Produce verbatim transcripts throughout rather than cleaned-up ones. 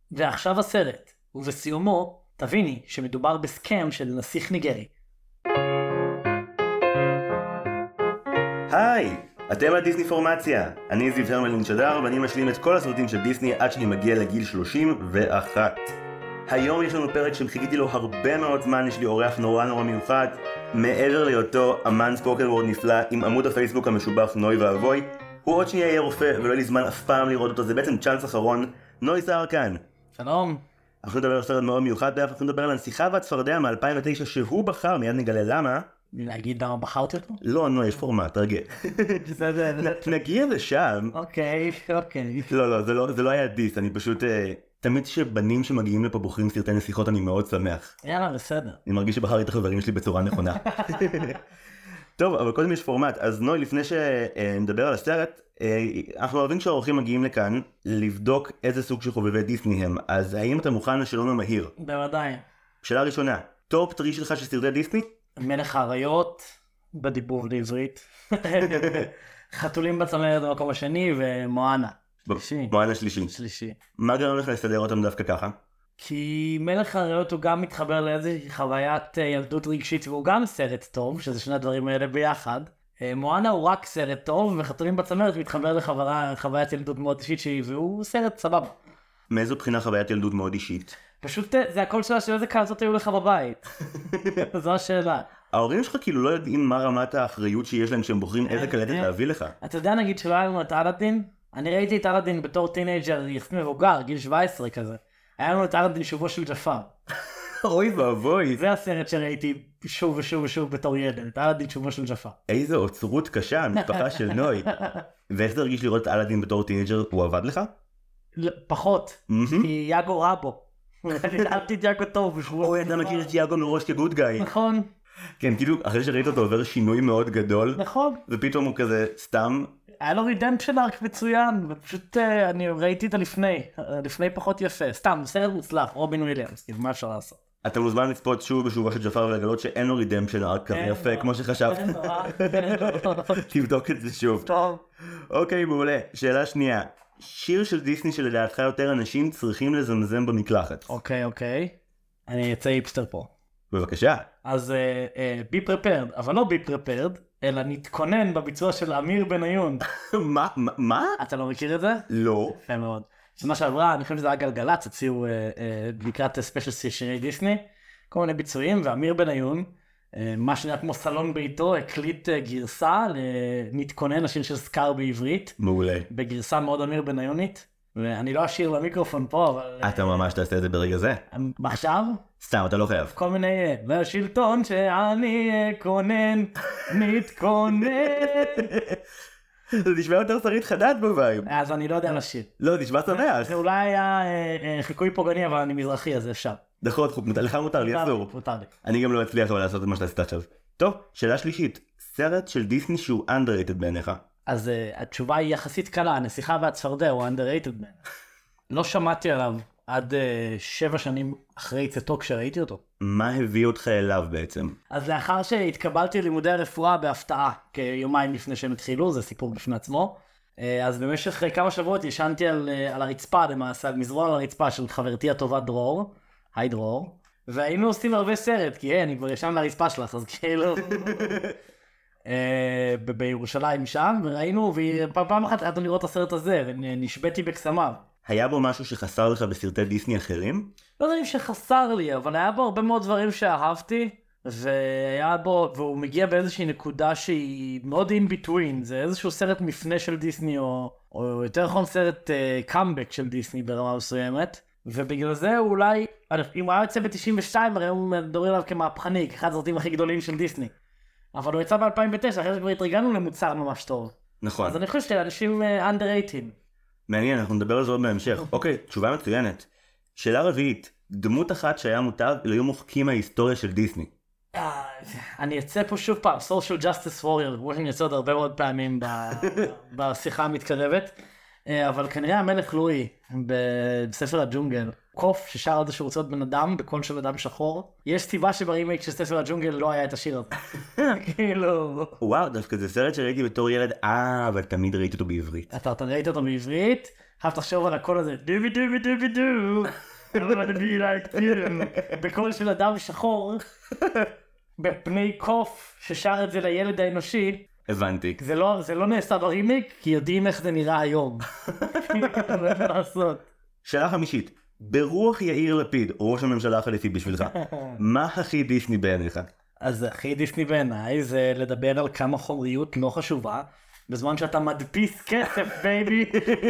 ועכשיו הסרט, ובסיומו תביני שמדובר בסקאם של נסיך ניגרי. היי, אתם על דיסני פורמציה. אני זיו הרמלין שדר ואני משלים את כל הסרטים של דיסני עד שאני מגיע לגיל שלושים ואחת. היום יש לנו פרק שחיכיתי לו הרבה מאוד זמן, יש לי אורח נורא נורא מיוחד. מעבר להיותו אמן ספוקן וורד נפלא עם עמוד הפייסבוק המשובח נוי ואבוי, הוא עוד שנייה יהיה רופא ולא יהיה לי זמן אף פעם לראות אותו, זה בעצם צ'אנס אחרון. נוי סער כאן. שלום. אנחנו נדבר על סרט מאוד מיוחד, אנחנו נדבר על הנסיכה והצפרדע מ-אלפיים ותשע שהוא בחר, מיד נגלה למה. להגיד למה בחרתי אותו? לא, נוי, יש פורמט, תרגע. נגיע לשם. אוקיי, אוקיי. לא, לא, זה לא, זה לא היה דיס, אני פשוט... תמיד שבנים שמגיעים לפה בוחרים סרטי נסיכות אני מאוד שמח. יאללה, בסדר. אני מרגיש שבחרתי את החברים שלי בצורה נכונה. טוב, אבל קודם יש פורמט, אז נוי, לפני שנדבר על הסרט, אנחנו אוהבים שהאורחים מגיעים לכאן לבדוק איזה סוג של חובבי דיסני הם, אז האם אתה מוכן לשאלון המהיר? בוודאי. שאלה ראשונה, טופ טרי שלך של סרטי דיסני? מלך האריות, בדיבור לעברית. חתולים בצמרת במקום השני, ומואנה. שלישי. מואנה שלישי. שלישי. מה גרם לך לסדר אותם דווקא ככה? כי מלך האריות הוא גם מתחבר לאיזושהי חוויית ילדות רגשית, והוא גם סרט טוב, שזה שני הדברים האלה ביחד. מואנה הוא רק סרט טוב, וחתולים בצמרת מתחבר לחוויית ילדות מאוד אישית שלי, והוא סרט סבבה. מאיזו בחינה חוויית ילדות מאוד אישית? פשוט זה הכל שאלה של איזה קלטות היו לך בבית. זו השאלה. ההורים שלך כאילו לא יודעים מה רמת האחריות שיש להם כשהם בוחרים איזה קלטת להביא לך. אתה יודע נגיד שלא היה לנו את אלאדין? אני ראיתי את אלאדין בתור טינג'ר יחסית מבוגר, גיל שבע עשרה כזה. היה לנו את אלאדין שובו של ג'פר. אוי ואבוי. זה הסרט שראיתי שוב ושוב ושוב בתור ילד, את אלאדין שובו של ג'פר. איזה אוצרות קשה, המשפחה של נוי. ואיך זה הרגיש לראות את אלאדין בתור טינג'ר? הוא עבד לך? פחות, כי יאגו רבו. אני אהבתי את יאגו טוב. אוי, אתה מכיר את יאגו מראש כגוד גאי. נכון. כן, כאילו, אחרי שראית אותו עובר שינוי מאוד גדול. נכון. ופתאום הוא כזה סתם. היה לו רידמפשן ארק מצוין, ופשוט אני ראיתי את הלפני, לפני פחות יפה. סתם, סרט מוצלח, רובין וויליאמס, כאילו, מה אפשר לעשות? אתה מוזמן לצפות שוב ושוב של ג'פר ולגלות שאין לו רידמפשן ארק כזה יפה, כמו שחשבת. תבדוק את זה שוב. טוב. אוקיי, מעולה. שאלה שנייה. שיר של דיסני שלדעתך יותר אנשים צריכים לזמזם במקלחת. אוקיי, אוקיי. אני אצא היפסטר פה. בבקשה. אז בי פרפרד, אבל לא בי פרפרד, אלא נתכונן בביצוע של אמיר בניון. מה? מה? אתה לא מכיר את זה? לא. יפה מאוד. שנה שעברה, אני חושב שזה היה גלגלצ, הציעו לקראת ספיישל שירי דיסני, כל מיני ביצועים, ואמיר בניון, מה שנראה כמו סלון ביתו, הקליט גרסה לנתכונן השיר של סקאר בעברית. מעולה. בגרסה מאוד אמיר בניונית, ואני לא אשאיר למיקרופון פה, אבל... אתה ממש תעשה את זה ברגע זה? עכשיו? סתם, אתה לא חייב. כל מיני, והשלטון שאני אקונן, נתכונן. זה נשמע יותר שרית חדד בביים. אז אני לא יודע לשיר. לא, נשמע שמח. זה אולי היה חיקוי פוגעני, אבל אני מזרחי, אז אפשר. נכון, לך מותר לי, אסור. מותר לי. אני גם לא אצליח אבל לעשות את מה שאתה עשית עכשיו. טוב, שאלה שלישית. סרט של דיסני שהוא underrated בעיניך. אז התשובה היא יחסית קלה, הנסיכה והצפרדע הוא underrated בעיניך. לא שמעתי עליו עד שבע שנים אחרי צאתו כשראיתי אותו. מה הביא אותך אליו בעצם? אז לאחר שהתקבלתי לימודי הרפואה בהפתעה, כיומיים לפני שהם התחילו, זה סיפור בפני עצמו, אז במשך כמה שבועות ישנתי על, על הרצפה, למעשה, על מזרון על הרצפה של חברתי הטובה דרור, היי דרור, והיינו עושים הרבה סרט, כי hey, אני כבר ישן לרצפה שלך, אז כאילו... בירושלים שם, וראינו, ופעם אחת היינו לראות את הסרט הזה, ונשבתי בקסמיו. היה בו משהו שחסר לך בסרטי דיסני אחרים? לא יודעים שחסר לי, אבל היה בו הרבה מאוד דברים שאהבתי, והיה בו, והוא מגיע באיזושהי נקודה שהיא מאוד in between, זה איזשהו סרט מפנה של דיסני, או, או יותר נכון סרט קאמבק uh, של דיסני ברמה מסוימת, ובגלל זה הוא אולי, אם הוא היה יוצא ב-תשעים ושתיים, הרי הוא מדברים עליו כמהפכני, כאחד הסרטים הכי גדולים של דיסני. אבל הוא יצא ב-אלפיים ותשע, אחרי שכבר התרגלנו למוצר ממש טוב. נכון. אז אני חושב שאנשים underrated. מעניין, אנחנו נדבר על זה עוד בהמשך. אוקיי, תשובה מצוינת. שאלה רביעית, דמות אחת שהיה מותר לא היו מוחקים מההיסטוריה של דיסני. אני אצא פה שוב פעם, social justice warrior, כמו שאני יוצא עוד הרבה מאוד פעמים בשיחה המתקרבת, אבל כנראה המלך לואי בספר הג'ונגל, קוף ששר על זה שהוא רוצה להיות בן אדם בקול של אדם שחור. יש סיבה שברימייק של ספר הג'ונגל לא היה את השיר הזה. כאילו... וואו, דווקא זה סרט שראיתי בתור ילד, אה, אבל תמיד ראיתי אותו בעברית. אתה ראית אותו בעברית, חייב תחשוב על הקול הזה, דובי דובי דובי דו, בקול של אדם שחור, בפני קוף ששר את זה לילד האנושי. הבנתי. זה לא, זה לא נעשה ברימיק, כי יודעים איך זה נראה היום. שאלה חמישית, ברוח יאיר לפיד, ראש הממשלה החליפי בשבילך, מה הכי דיסני בעיניך? אז הכי דיסני בעיניי זה לדבר על כמה חומריות לא חשובה, בזמן שאתה מדפיס כסף, בייבי.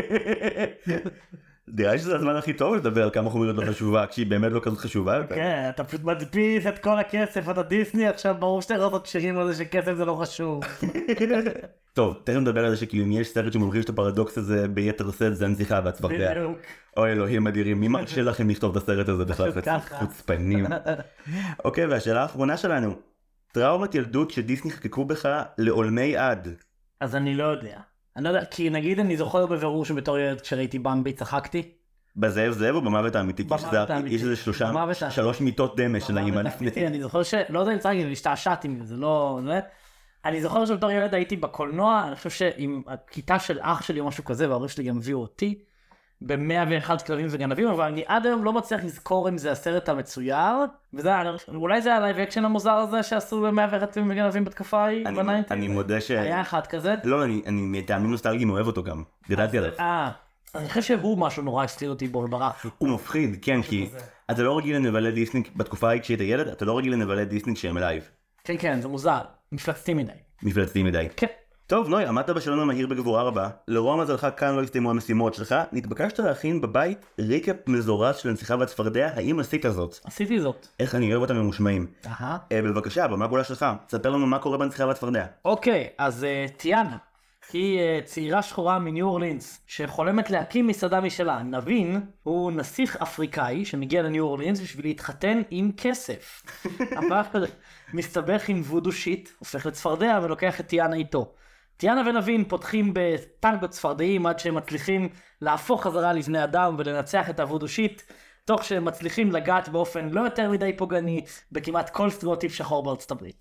נראה לי שזה הזמן הכי טוב לדבר על כמה חומריות לא חשובה, כשהיא באמת לא כזאת חשובה. כן, אתה פשוט מדפיס את כל הכסף, אתה דיסני, עכשיו ברור שאתה רואה את שירים על זה שכסף זה לא חשוב. טוב, תכף נדבר על זה שכאילו אם יש סרט שמולחיש את הפרדוקס הזה ביתר סט, זה הנציחה והצפרדע. אוי אלוהים אדירים, מי מרשה לכם לכתוב את הסרט הזה בכלל? חוצפנים. אוקיי, והשאלה האחרונה שלנו, טראומת ילדות שדיסני חקקו בך לעולמי עד. אז אני לא יודע. אני לא יודע, כי נגיד אני זוכר בבירור שבתור ילד כשראיתי במבי צחקתי. בזאב זאב או במוות האמיתי? במוות האמיתי. יש איזה שלושה, שלוש מיטות דמה של האימא לפני. אני זוכר שלא יודע אם צחקתי, אני השתעשעתי מזה, זה לא... אני זוכר שבתור ילד הייתי בקולנוע, אני חושב שעם הכיתה של אח שלי או משהו כזה, וההורים שלי גם הביאו אותי, ב-מאה ואחד כלבים וגנבים, אבל אני עד היום לא מצליח לזכור אם זה הסרט המצויר, וזה, אולי זה הלייב אקשן המוזר הזה שעשו ב-מאה ואחד כלבים וגנבים בתקופה ההיא, בניינטיז. אני מודה ש... היה אחד כזה? לא, אני מטעמים נוסטלגיים אוהב אותו גם, גדלתי עליו. אה, אני חושב שהוא משהו נורא הסתיר אותי בו ברחתי. הוא מפחיד, כן, כי אתה לא רגיל לנבלי דיסני בתקופה ההיא כשהיית ילד, אתה לא רגיל לנבלי דיסני כשהם לייב. כן, כן, זה מוזר, מפלצתי מדי. מפלצתי מדי. כן. טוב, נוי, עמדת בשלון המהיר בגבורה רבה. לרוע מזלך כאן לא הסתיימו המשימות שלך. נתבקשת להכין בבית ריקאפ מזורז של הנציחה והצפרדע. האם עשית זאת? עשיתי זאת. איך אני אוהב אותם ממושמעים. אהה. בבקשה, במה גולה שלך? תספר לנו מה קורה בנציחה והצפרדע. אוקיי, אז טיאנה. היא צעירה שחורה מניו אורלינס שחולמת להקים מסעדה משלה. נבין הוא נסיך אפריקאי שמגיע לניו אורלינס בשביל להתחתן עם כסף. אבל מסתבך עם וודו שיט, הופך לצפרדע ולוקח את טיאנה איתו. טיאנה ונבין פותחים בטנגות צפרדעים עד שהם מצליחים להפוך חזרה לבני אדם ולנצח את הוודו שיט, תוך שהם מצליחים לגעת באופן לא יותר מדי פוגעני בכמעט כל סטריאוטיפ שחור בארצות הברית.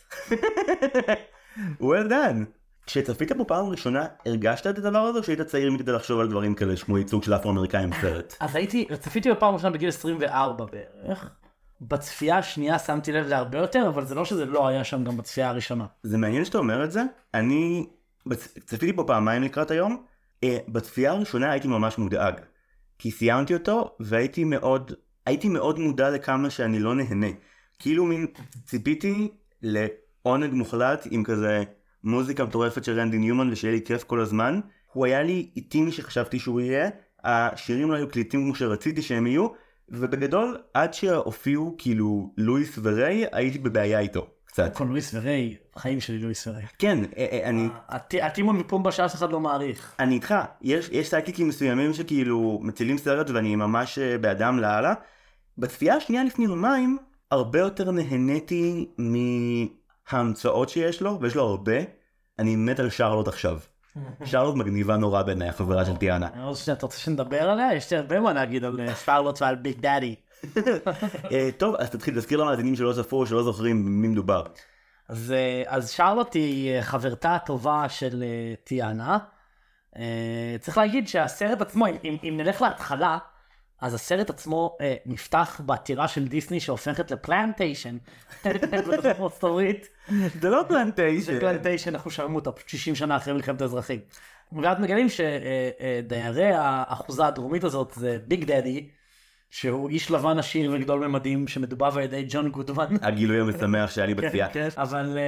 well done. כשצפית פה פעם ראשונה, הרגשת את הדבר הזה או שהיית צעיר מכדי לחשוב על דברים כאלה כמו ייצוג של אפרו-אמריקאים בסרט? אז הייתי, צפיתי בפעם ראשונה בגיל עשרים וארבע בערך. בצפייה השנייה שמתי לב להרבה יותר, אבל זה לא שזה לא היה שם גם בצפייה הראשונה. זה מעניין שאתה אומר את זה. אני צפיתי פה פעמיים לקראת היום. בצפייה הראשונה הייתי ממש מודאג. כי סיימתי אותו והייתי מאוד, הייתי מאוד מודע לכמה שאני לא נהנה. כאילו מין ציפיתי לעונג מוחלט עם כזה מוזיקה מטורפת של רנדי ניומן ושיהיה לי כיף כל הזמן. הוא היה לי איטי מי שחשבתי שהוא יהיה. השירים לא היו קליטים כמו שרציתי שהם יהיו. ובגדול, עד שהופיעו כאילו לואיס וריי, הייתי בבעיה איתו, קצת. כל לואיס וריי, חיים שלי לואיס וריי. כן, אני... הטימון מפומבה שאף אחד לא מעריך. אני איתך, יש סייקיקים מסוימים שכאילו מצילים סרט ואני ממש באדם להלאה. בצפייה השנייה לפני יומיים, הרבה יותר נהניתי מההמצאות שיש לו, ויש לו הרבה. אני מת על שרלוט עכשיו. שרלוט מגניבה נורא בעיניי, החברה של טיאנה. אתה רוצה שנדבר עליה? יש לי הרבה מה להגיד על שרלוט ועל ביג דאדי. טוב, אז תתחיל, תזכיר למאזינים שלא צפו, שלא זוכרים במי מדובר. אז שרלוט היא חברתה הטובה של טיאנה. צריך להגיד שהסרט עצמו, אם נלך להתחלה, אז הסרט עצמו נפתח בעתירה של דיסני שהופכת לפלנטיישן. בארצות הברית. זה לא פלנטיישן. זה פלנטיישן, אנחנו שרמו אותה שישים שנה אחרי מלחמת האזרחים. ואת מגלים שדיירי האחוזה הדרומית הזאת זה ביג דאדי, שהוא איש לבן עשיר וגדול ממדים שמדובב על ידי ג'ון גודמן. הגילוי המשמח שהיה לי בצפייה. אבל,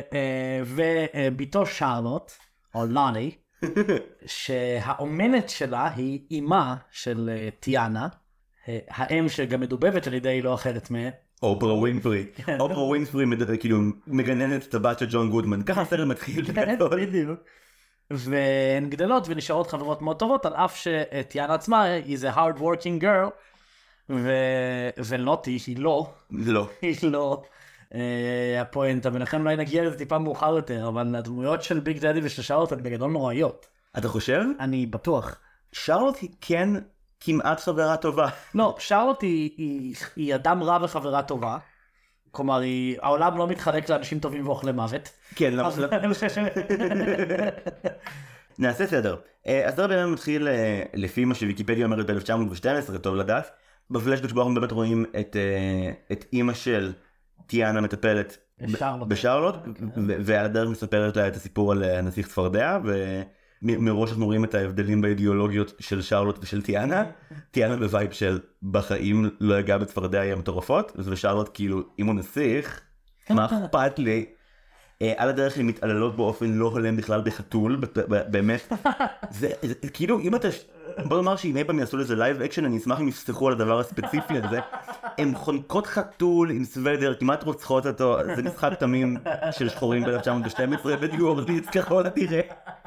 וביתו שרלוט, או לוני, שהאומנת שלה היא אימה של טיאנה, האם שגם מדובבת על ידי לא אחרת מה... אופרה ווינפרי. אופרה ווינפרי כאילו מגננת את הבת של ג'ון גודמן. ככה הסרט מתחיל. בדיוק. והן גדלות ונשארות חברות מאוד טובות, על אף שטיאנה עצמה היא a hard working girl, ולוטי היא לא. לא. היא לא. הפואנטה, ולכן אולי נגיע לזה טיפה מאוחר יותר, אבל הדמויות של ביג דאדי ושל שרלוט הן בגדול נוראיות. אתה חושב? אני בטוח. שרלוט היא כן כמעט חברה טובה. לא, שרלוט היא, היא, היא אדם רע וחברה טובה. כלומר, היא, העולם לא מתחלק לאנשים טובים ואוכלי מוות. כן, למה? נעשה סדר. הסרט באמת מתחיל לפי מה שוויקיפדיה אומרת ב-אלף תשע מאות ושתים עשרה, טוב לדעת. בפלשבק שבו אנחנו באמת רואים את, את אימא של טיאנה מטפלת בשרלוט, ועל הדרך מספרת לה את הסיפור על הנסיך צפרדע, ומראש אנחנו רואים את ההבדלים באידיאולוגיות של שרלוט ושל טיאנה. טיאנה בווייב של בחיים לא יגע בצפרדע יהיה מטורפות, ושרלוט כאילו אם הוא נסיך, מה אכפת לי? על הדרך הן מתעללות באופן לא הולם בכלל בחתול, באמת. זה כאילו אם אתה... בוא נאמר שאם אי פעם יעשו לזה לייב אקשן, אני אשמח אם יפסחו על הדבר הספציפי הזה. הן חונקות חתול עם סוודר, כמעט רוצחות אותו, זה משחק תמים של שחורים ב-אלף תשע מאות ושתים עשרה, בניו אורלינס ככל הנראה.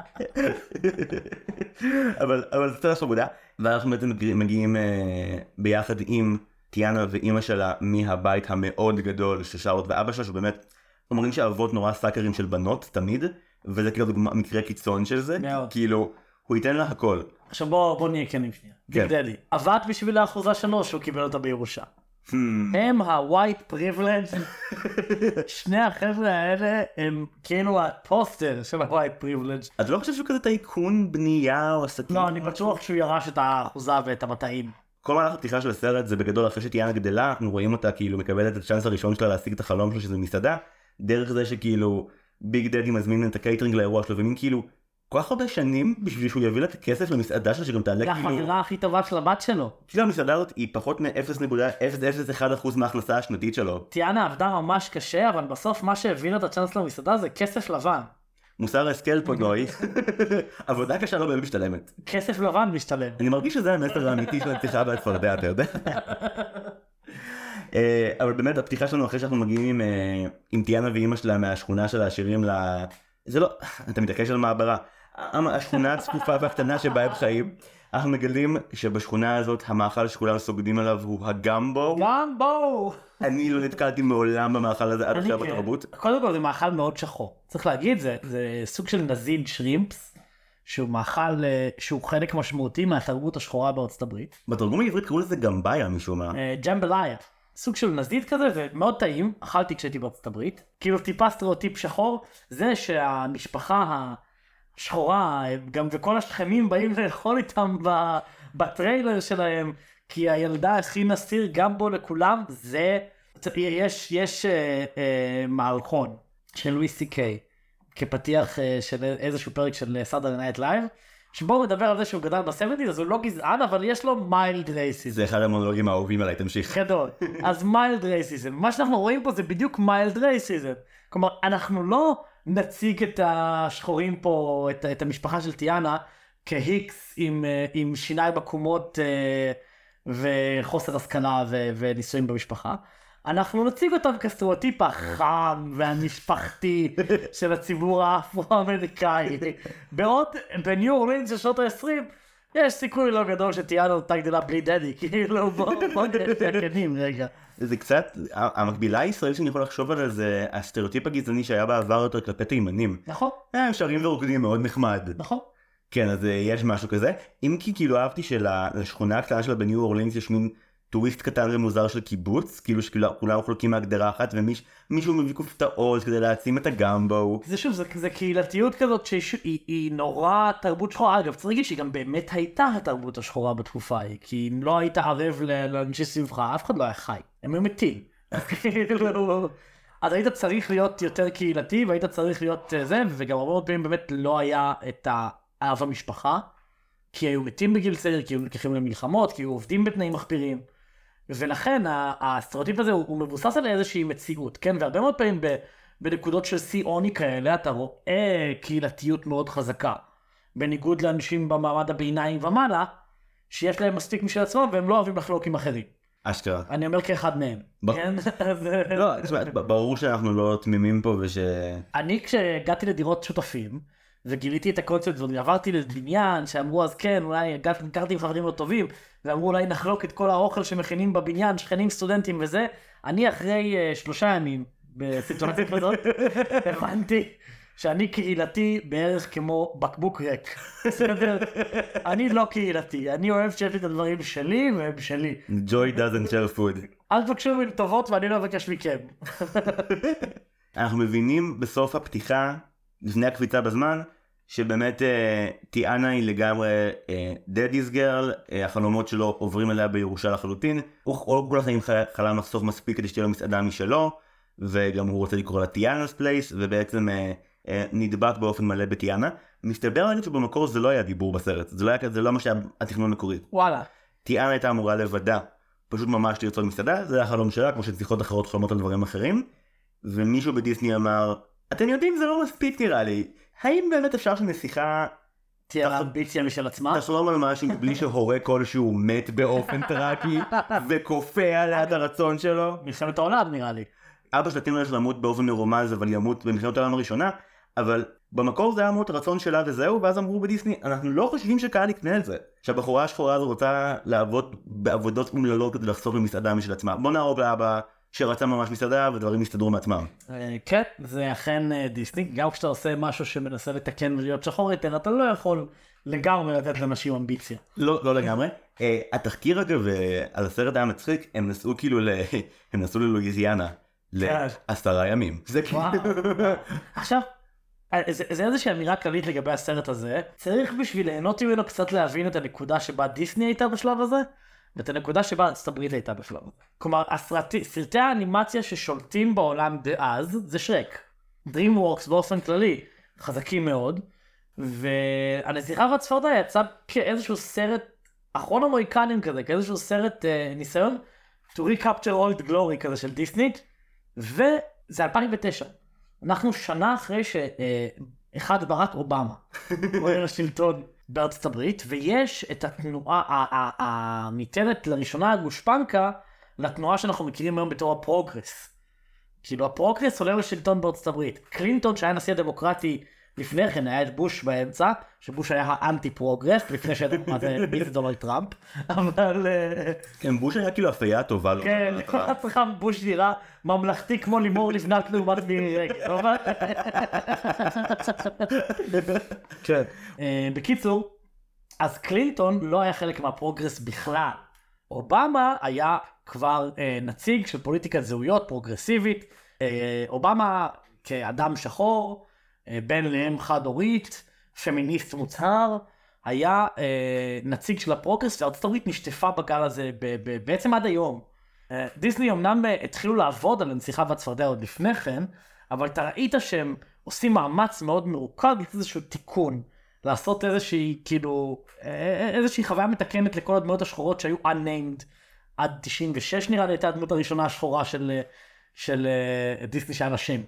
אבל זה סרט עבודה, ואנחנו בעצם מגיעים ביחד עם טיאנה ואימא שלה מהבית המאוד גדול של שרלוט ואבא שלה, שהוא באמת אומרים שהאבות נורא סאקרים של בנות תמיד, וזה כאילו מקרה קיצון של זה, כאילו הוא ייתן לה הכל. עכשיו בוא, בוא נהיה כנים שנייה. דגדלי. עבד בשביל האחוזה שלו שהוא קיבל אותה בירושה. הם ה-white privilege. שני החבר'ה האלה הם כאילו הפוסטר של ה-white privilege. אתה לא חושב שהוא כזה טייקון בנייה או עסקים? לא, אני בטוח שהוא ירש את האחוזה ואת המטעים. כל מהלך הפתיחה של הסרט זה בגדול אחרי שטיאנה גדלה, אנחנו רואים אותה כאילו מקבלת את הצ'אנס הראשון שלה להשיג את החלום שלו שזה מסעדה, דרך זה שכאילו ביג דדי מזמין את הקייטרינג לאירוע שלו, ומין כאילו כל כך הרבה שנים בשביל שהוא יביא לה את הכסף למסעדה שלו שגם תעלה כאילו... זה החברה הכי טובה של הבת שלו. כאילו המסעדה הזאת היא פחות מ-אפס נקודה אפס אפס אחת אחוז מההכנסה השנתית שלו. טיאנה עבדה ממש קשה, אבל בסוף מה שהביא לה את הצ'אנס למסעדה זה כסף לבן. מוסר ההשכל פה גוי. עבודה קשה לא באמת משתלמת. כסף לבן משתלם. אני מרגיש שזה המסר האמיתי של הפתיחה והצפרדע, אתה יודע? אבל באמת הפתיחה שלנו אחרי שאנחנו מגיעים עם טיאנה ואימא שלה מהשכונה של העשירים ל... זה לא... אתה מתעקש על מעברה. השכונה הצפופה והקטנה שבה הם חיים. אנחנו מגלים שבשכונה הזאת המאכל שכולם סוגדים עליו הוא הגמבו. גמבו! אני לא נתקלתי מעולם במאכל הזה עד עכשיו בתרבות. קודם כל זה מאכל מאוד שחור. צריך להגיד, זה, זה סוג של נזיד שרימפס, שהוא מאכל, שהוא חלק משמעותי מהתרבות השחורה בארצות הברית. בתרגום העברית קראו לזה גמביה משום מה. ג'מבליה. סוג של נזיד כזה, זה מאוד טעים, אכלתי כשהייתי בארצות הברית. כאילו טיפה סטריאוטיפ שחור, זה שהמשפחה השחורה, גם וכל השכנים באים לאכול איתם בטריילר שלהם, כי הילדה הכינה סיר גמבו לכולם, זה, יש, יש אה, אה, מערכון של לואי סי קיי, כפתיח אה, של איזשהו פרק של סאדרדי נייט לייב, שבו הוא מדבר על זה שהוא גדל ב-שבעים, אז הוא לא גזען, אבל יש לו מיילד רייסיזם. זה אחד המונולוגים האהובים עליי, תמשיך. גדול. אז מיילד רייסיזם. מה שאנחנו רואים פה זה בדיוק מיילד רייסיזם. כלומר, אנחנו לא נציג את השחורים פה, את, את המשפחה של טיאנה, כהיקס עם, עם שיניים בקומות וחוסר השכלה ו, וניסויים במשפחה. אנחנו נציג אותם כסטריאוטיפ החם והמשפחתי של הציבור האפרו-אמריקאי. בעוד בניו אורלינס של שנות ה-עשרים, יש סיכוי לא גדול שטיאנה אותה גדלה בלי דדי, כאילו בוא נראה הכנים רגע. זה קצת, המקבילה הישראלית שאני יכול לחשוב עליה זה הסטריאוטיפ הגזעני שהיה בעבר יותר כלפי תימנים. נכון. הם שרים ורוקדים מאוד נחמד. נכון. כן, אז יש משהו כזה. אם כי כאילו אהבתי שלשכונה הקטנה שלה בניו אורלינס יש מין טוויסט קטן ומוזר של קיבוץ, כאילו שכולם חולקים מהגדרה אחת, ומישהו מביא כופתאות כדי להעצים את הגמבו. זה שוב, זה, זה קהילתיות כזאת שהיא היא נורא תרבות שחורה. אגב, צריך להגיד שהיא גם באמת הייתה התרבות השחורה בתקופה ההיא, כי אם לא היית ערב לאנשי סביבך, אף אחד לא היה חי. הם היו מתים. אז היית צריך להיות יותר קהילתי, והיית צריך להיות זה, וגם הרבה פעמים באמת לא היה את האהב המשפחה, כי היו מתים בגיל צעיר, כי היו לקחים למלחמות, כי היו עובדים בתנאים מחפירים. ולכן הסטריאוטיפ הזה הוא מבוסס על איזושהי מציאות, כן? והרבה מאוד פעמים בנקודות של שיא עוני כאלה, אתה רואה קהילתיות מאוד חזקה, בניגוד לאנשים במעמד הביניים ומעלה, שיש להם מספיק משל עצמם, והם לא אוהבים לחלוק עם אחרים. אשכרה. אני אומר כאחד מהם. כן? לא, ברור שאנחנו לא תמימים פה וש... אני כשהגעתי לדירות שותפים, וגיליתי את הקונספט, ועברתי לבניין, שאמרו אז כן, אולי הכרתי עם חברים לא טובים, ואמרו אולי נחלוק את כל האוכל שמכינים בבניין, שכנים סטודנטים וזה. אני אחרי uh, שלושה ימים, בסיטואציה כזאת, הבנתי שאני קהילתי בערך כמו בקבוק ריק. אני לא קהילתי, אני אוהב שיש לי את הדברים שלי והם שלי. Joy doesn't share food. אל תבקשו ממני טובות ואני לא אבקש מכם. אנחנו מבינים בסוף הפתיחה, לפני הקפיצה בזמן, שבאמת טיאנה היא לגמרי דדי's girl, החלומות שלו עוברים אליה בירושה לחלוטין, הוא כל החיים חלם לחסוך מספיק כדי שתהיה לו מסעדה משלו, וגם הוא רוצה לקרוא לה טיאנה's place, ובעצם נדבק באופן מלא בטיאנה. מסתבר להגיד שבמקור זה לא היה דיבור בסרט, זה לא היה כזה, זה לא מה שהיה התכנון המקורי. וואלה. טיאנה הייתה אמורה לבדה, פשוט ממש לרצות מסעדה, זה היה החלום שלה, כמו ששיחות אחרות חלומות על דברים אחרים, ומישהו בדיסני אמר, אתם יודעים זה לא מספיק נראה לי, האם באמת אפשר שנסיכה תהיה לה אמביציה משל עצמה? תחלום על משהו בלי שהורה כלשהו מת באופן טראקי וכופה עליה את הרצון שלו? מלחמת העולם נראה לי. אבא של הטינה הולך למות באופן מרומז, אבל ימות במלחמת העולם הראשונה, אבל במקור זה היה אמור את הרצון שלה וזהו, ואז אמרו בדיסני, אנחנו לא חושבים שקהל יקנה את זה, שהבחורה השחורה הזו רוצה לעבוד בעבודות אומללות כדי לחסוך במסעדה משל עצמה. בוא נהרוג לאבא שרצה ממש מסעדה ודברים יסתדרו מעצמם. כן, זה אכן דיסני, גם כשאתה עושה משהו שמנסה לתקן ולהיות שחור יותר, אתה לא יכול לגמרי לתת לאנשים אמביציה. לא, לא לגמרי. התחקיר אגב על הסרט היה מצחיק, הם נסעו כאילו, הם נסעו ללואיזיאנה לעשרה ימים. זה כאילו... עכשיו, זה איזושהי אמירה כללית לגבי הסרט הזה, צריך בשביל ליהנות ממנו קצת להבין את הנקודה שבה דיסני הייתה בשלב הזה, ואת הנקודה שבה ארצות הברית הייתה בשלב הזה. כלומר, הסרטי, סרטי האנימציה ששולטים בעולם דאז זה שרק. DreamWorks באופן כללי חזקים מאוד, והנסיכה והצפרדע יצא כאיזשהו סרט אחרון המוהיקנים כזה, כאיזשהו סרט אה, ניסיון to recapture old glory כזה של דיסני, וזה אלפיים ותשע. אנחנו שנה אחרי שאחד ברק אובמה עולה לשלטון בארצות הברית, ויש את התנועה הניתנת לראשונה גושפנקה לתנועה שאנחנו מכירים היום בתור הפרוגרס. כאילו הפרוגרס עולה לשלטון בארצות הברית. קלינטון שהיה נשיא הדמוקרטי לפני כן, היה את בוש באמצע, שבוש היה האנטי פרוגרס, לפני שידענו מה זה מי זה דונלד טראמפ, אבל... כן, בוש היה כאילו אפליה טובה. כן, כל הצלחה בוש נראה ממלכתי כמו לימור לבנת לעומת מירי רגב. כן. בקיצור, אז קלינטון לא היה חלק מהפרוגרס בכלל. אובמה היה כבר נציג של פוליטיקת זהויות פרוגרסיבית. אובמה כאדם שחור, בן לאם חד הורית, פמיניסט מוצהר, היה אה, נציג של הפרוגרס, וארצות הברית נשטפה בגל הזה ב- ב- בעצם עד היום. אה, דיסני אמנם אה, התחילו לעבוד על הנסיכה והצפרדע עוד לפני כן, אבל אתה ראית שהם עושים מאמץ מאוד מרוכז, איזשהו תיקון, לעשות איזושהי, כאילו, אה, איזושהי חוויה מתקנת לכל הדמות השחורות שהיו unnamed עד תשעים ושש נראה לי, הייתה הדמות הראשונה השחורה של, של אה, דיסני שהיה לשם.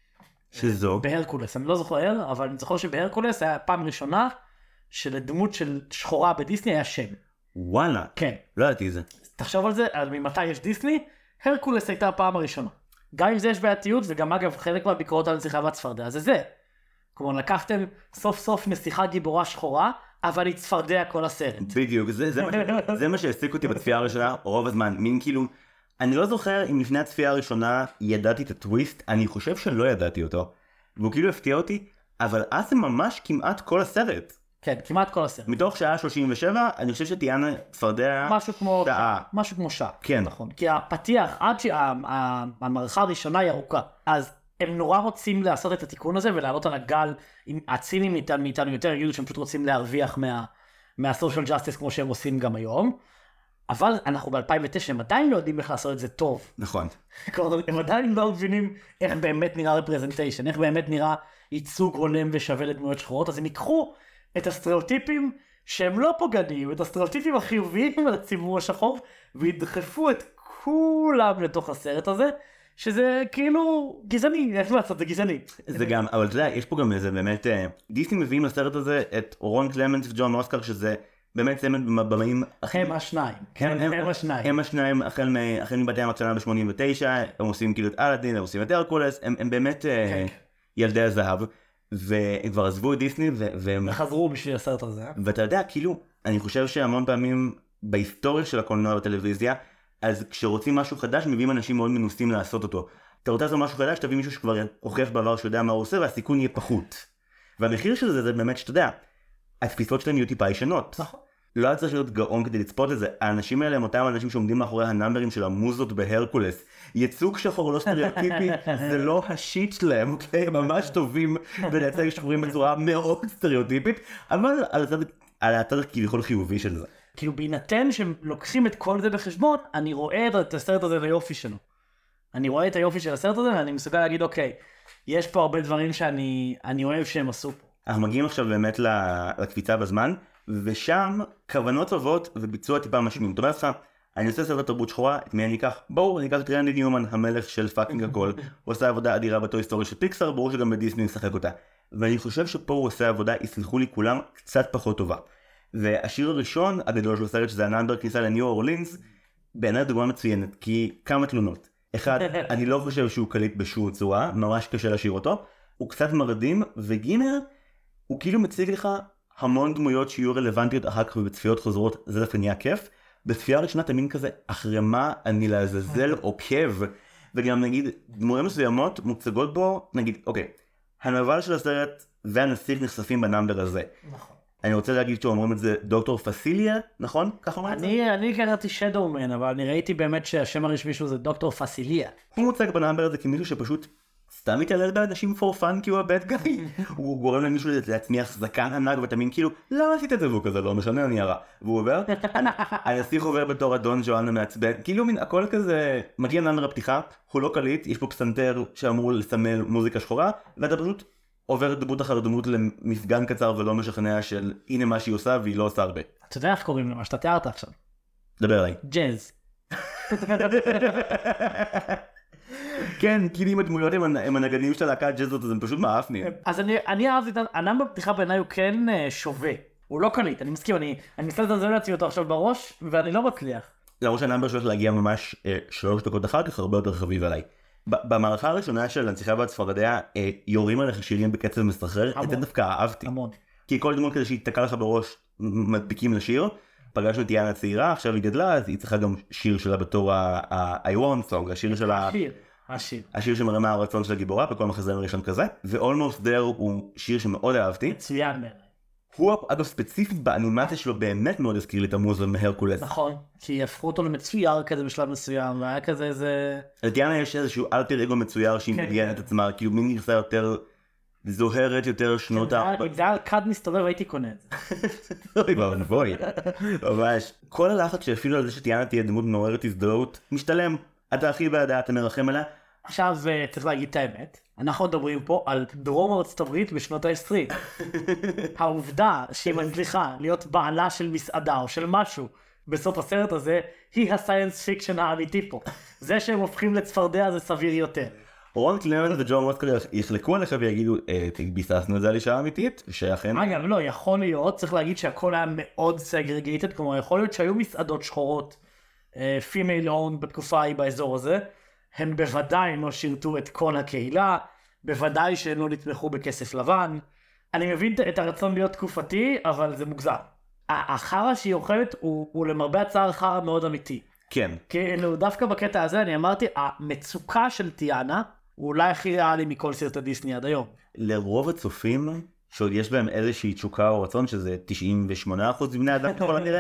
שזו? בהרקולס, אני לא זוכר, אבל אני זוכר שבהרקולס היה פעם ראשונה שלדמות של שחורה בדיסני היה שם. וואלה. כן. לא ידעתי זה. תחשוב על זה, על ממתי יש דיסני, הרקולס הייתה הפעם הראשונה. גם אם זה יש בעייתיות, וגם אגב חלק מהביקורות על הנסיכה והצפרדע, זה זה. כלומר, לקחתם סוף סוף נסיכה גיבורה שחורה, אבל היא צפרדע כל הסרט. בדיוק, זה, זה, מה, זה מה שהעסיק אותי בצפייה הראשונה רוב הזמן, מין כאילו... אני לא זוכר אם לפני הצפייה הראשונה ידעתי את הטוויסט, אני חושב שלא ידעתי אותו. והוא כאילו הפתיע אותי, אבל אז זה ממש כמעט כל הסרט. כן, כמעט כל הסרט. מתוך שעה שלושים ושבע, אני חושב שטיאנה צפרדע משהו כמו שעה. משהו כמו שעה. כן. נכון. כי הפתיח, עד שהמערכה הראשונה היא ארוכה, אז הם נורא רוצים לעשות את התיקון הזה ולעלות על הגל, הצינים מאיתנו יותר, יגידו שהם פשוט רוצים להרוויח מה, מהסושיאל ג'סטיס כמו שהם עושים גם היום. אבל אנחנו ב-אלפיים ותשע, הם עדיין לא יודעים איך לעשות את זה טוב. נכון. הם עדיין לא מבינים איך באמת נראה representation, איך באמת נראה ייצוג הולם ושווה לדמויות שחורות, אז הם ייקחו את הסטריאוטיפים שהם לא פוגעניים, את הסטריאוטיפים החיוביים על הציבור השחור, וידחפו את כולם לתוך הסרט הזה, שזה כאילו גזעני, איך לעשות, זה גזעני. זה גם, אבל אתה יודע, יש פה גם איזה באמת, דיסני מביאים לסרט הזה את רון קלמנס וג'ון מוסקר, שזה באמת צמד במאים... הם השניים. הם השניים. הם השניים, החל מבתי המצלמה ב-שמונים ותשע, הם עושים כאילו את אלאדין, הם עושים את הרקולס, הם באמת ילדי הזהב, והם כבר עזבו את דיסני, והם... וחזרו בשביל הסרט הזה. ואתה יודע, כאילו, אני חושב שהמון פעמים בהיסטוריה של הקולנוע בטלוויזיה, אז כשרוצים משהו חדש, מביאים אנשים מאוד מנוסים לעשות אותו. אתה רוצה לעשות משהו חדש, תביא מישהו שכבר אוכף בעבר שיודע מה הוא עושה, והסיכון יהיה פחות. והמחיר של זה זה באמת שאתה יודע, התפיסות שלהם יהיו טיפה ישנות. נכון. לא היה צריך להיות גאון כדי לצפות את זה. האנשים האלה הם אותם אנשים שעומדים מאחורי הנאמברים של המוזות בהרקולס. ייצוג שחור לא סטריאוטיפי, זה לא השיט שלהם, אוקיי? הם ממש טובים ולייצג שחורים בצורה מאוד סטריאוטיפית, אבל על הצד, על הצד כביכול חיובי של זה. כאילו בהינתן שהם לוקחים את כל זה בחשבון, אני רואה את הסרט הזה ליופי שלו. אני רואה את היופי של הסרט הזה ואני מסוגל להגיד, אוקיי, יש פה הרבה דברים שאני אני אוהב שהם עשו פה. אנחנו מגיעים עכשיו באמת לקפיצה בזמן, ושם כוונות טובות וביצוע טיפה משמים. אתה אומר לך, אני עושה סרט תרבות שחורה, את מי אני אקח? בואו, אני אקח את רנדי ניומן, המלך של פאקינג הכל. הוא עושה עבודה אדירה באותו היסטוריה של פיקסאר, ברור שגם בדיסני נשחק אותה. ואני חושב שפה הוא עושה עבודה, יסלחו לי כולם, קצת פחות טובה. והשיר הראשון, הגדול של הסרט, שזה הנאנבר כניסה לניו אורלינס, בעיניי דוגמה מצוינת, כי כמה תלונות. אחד, אני לא חושב שהוא קליט בשום צורה, ממש קשה לשיר אותו. הוא קצת מרדים, וגימר, הוא כאילו מציג לך המון דמויות שיהיו רלוונטיות אחר כך ובצפיות חוזרות, זה דווקא נהיה כיף. בצפייה הראשונה תמיד כזה, אחרי מה אני לעזאזל עוקב, וגם נגיד, דמויות מסוימות מוצגות בו, נגיד, אוקיי, הנבל של הסרט והנסיך נחשפים בנאמבר הזה. נכון. אני רוצה להגיד שאומרים את זה דוקטור פסיליה, נכון? ככה אומרים את זה? אני, אני קראתי שדומן, אבל אני ראיתי באמת שהשם הרשמי שלו זה דוקטור פסיליה. הוא מוצג בנאמבר הזה כמישהו שפשוט סתם מתעלל באנשים for fun כי הוא הבד גאי. הוא גורם למישהו להצמיח זקן ענק ותאמין כאילו, למה עשית את זה? והוא כזה לא משנה, אני הרע. והוא עובר, הנסיך עובר בתור אדון ג'ואנה מעצבן, כאילו מין הכל כזה, מגיע נאמבר הפתיחה, הוא לא קליט, יש פה פסנתר שאמור לסמל מוזיקה שחורה, ואתה פשוט עובר דמות אחר דמות למפגן קצר ולא משכנע של הנה מה שהיא עושה והיא לא עושה הרבה. אתה יודע איך קוראים למה שאתה תיארת עכשיו? דבר עליי. ג'אז. כן, כאילו אם הדמויות הם הנגנים של הלהקת ג'אז, אז הם פשוט מאפנים. אז אני, אני אהבתי את הנאמבר בפתיחה בעיניי הוא כן שווה. הוא לא קליט, אני מסכים, אני מנסה לזלזל לעצמי אותו עכשיו בראש, ואני לא מצליח. למרות שהנאמבר שלך להגיע ממש שלוש דקות אחר כך, הרבה יותר חביב עליי. במערכה הראשונה של הנציחה והצפרדע, יורים עליך שירים בקצב מסחרר, את זה דווקא אהבתי. המון. כי כל דמות כזה שהיא תקע לך בראש, מדביקים לשיר. פגשנו את יאנה צעירה, עכשיו היא גדלה, אז היא צריכה גם שיר שלה בתור ה-I want song, השיר שלה... השיר, השיר. השיר שמראה מה הרצון של הגיבורה, בכל מחזמר ראשון כזה. ו-Almost There הוא שיר שמאוד אהבתי. מצוין בעיניי. הוא, אגב, ספציפית באנימציה שלו באמת מאוד הזכיר לי את המוזה מהרקולס. נכון, כי הפכו אותו למצויר כזה בשלב מסוים, והיה כזה איזה... לדיאנה יש איזשהו אלטר אגו מצויר שהיא מביאה את עצמה, כאילו מין גרסה יותר זוהרת, יותר שנות ה... אם זה היה קד מסתובב, הייתי קונה את זה. אוי, בואי, ממש. כל הלחץ שאפילו על זה שדיאנה תהיה דמות מעוררת הזדהות, משתלם. אתה הכי בעדה, אתה מרחם עליה. עכשיו צריך להגיד את האמת, אנחנו מדברים פה על דרום ארצות הברית בשנות ה-עשרים. העובדה שהיא מצליחה להיות בעלה של מסעדה או של משהו בסוף הסרט הזה, היא הסיינס פיקשן האמיתי פה. זה שהם הופכים לצפרדע זה סביר יותר. רון קלמנט וג'ון מוסקלר יחלקו עליך ויגידו, ביססנו את זה על אישה אמיתית, שאכן... אגב, לא, יכול להיות, צריך להגיד שהכל היה מאוד סגרגייטד, כלומר, יכול להיות שהיו מסעדות שחורות, פימייל און בתקופה ההיא באזור הזה, הם בוודאי לא שירתו את כל הקהילה, בוודאי שהם לא נתמכו בכסף לבן. אני מבין את הרצון להיות תקופתי, אבל זה מוגזם. החרא שהיא אוכלת הוא, הוא למרבה הצער חרא מאוד אמיתי. כן. כאילו, דווקא בקטע הזה אני אמרתי, המצוקה של טיאנה, הוא אולי הכי ריאלי מכל סרט הדיסני עד היום. לרוב הצופים, שעוד יש בהם איזושהי תשוקה או רצון, שזה תשעים ושמונה אחוז מבני אדם ככל הנראה,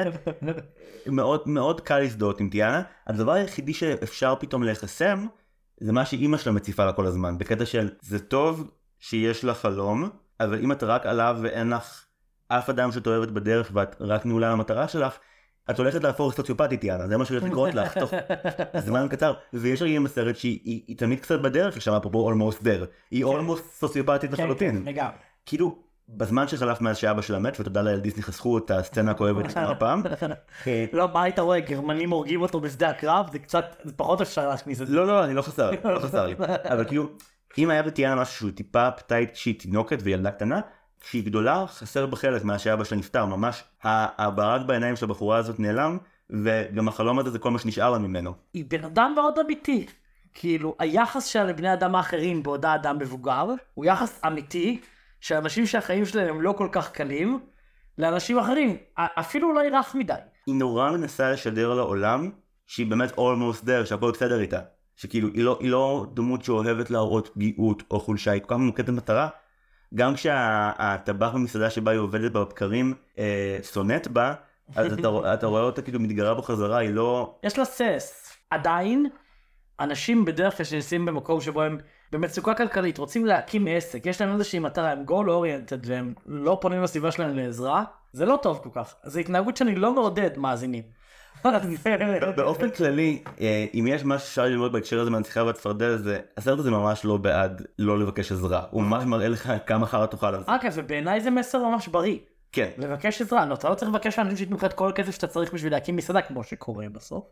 מאוד, מאוד קל להזדהות עם טיאנה. הדבר היחידי שאפשר פתאום להיחסם, זה מה שאימא שלה מציפה לה כל הזמן, בקטע של זה טוב שיש לה חלום, אבל אם את רק עליו ואין לך אף אדם שאת אוהבת בדרך ואת רק נעולה למטרה שלך, את הולכת להפוך סוציופטית טיאנה, זה מה שהולך לקרות לך תוך זמן קצר. ויש רגעים בסרט שהיא היא, היא תמיד קצת בדרך לשם, אפרופו almost there, היא almost סוציופטית לחלוטין. כאילו, בזמן שחלף מאז שאבא שלה מת, ותודה לאל דיסני חסכו את הסצנה הכואבת כמה פעם. לא, מה היית רואה? גרמנים הורגים אותו בשדה הקרב, זה קצת, זה פחות אפשר להכניס את זה. לא, לא, אני לא חסר, לא חסר לי. אבל כאילו, אם היה בטיאנה משהו שהוא טיפה פתאית כשהיא תינוקת וילדה קטנה, כשהיא גדולה, חסר בחלק מה שאבא שלה נפטר, ממש הברק בעיניים של הבחורה הזאת נעלם, וגם החלום הזה זה כל מה שנשאר לה ממנו. היא בן אדם מאוד אמיתי. כאילו, היחס שלה לבני אדם האחרים בעודה אדם מבוגר, הוא יחס אמיתי, שאנשים שהחיים שלהם הם לא כל כך קלים, לאנשים אחרים, אפילו אולי רך מדי. היא נורא מנסה לשדר לעולם, שהיא באמת almost there, שהכל בסדר איתה. שכאילו, היא לא, היא לא דמות שאוהבת להראות פגיעות או חולשה, היא כל כך ממוקדת מטרה. גם כשהטבח במסעדה שבה היא עובדת בבקרים אה, שונאת בה, אז אתה, אתה רואה אותה כאילו מתגרה בחזרה, היא לא... יש לה סס. עדיין, אנשים בדרך כלל שנמצאים במקום שבו הם במצוקה כלכלית, רוצים להקים עסק, יש להם איזושהי מטרה, הם goal oriented, והם לא פונים לסביבה שלהם לעזרה, זה לא טוב כל כך. זו התנהגות שאני לא מעודד מאזינים. באופן כללי, אם יש משהו שאפשר ללמוד בהקשר הזה מהנציחה והצפרדע, זה הסרט הזה ממש לא בעד לא לבקש עזרה, הוא ממש מראה לך כמה חרא תוכל על זה. אוקיי, ובעיניי זה מסר ממש בריא. כן. לבקש עזרה, לא, אתה לא צריך לבקש אנשים שיתנו לך את כל הכסף שאתה צריך בשביל להקים מסעדה, כמו שקורה בסוף.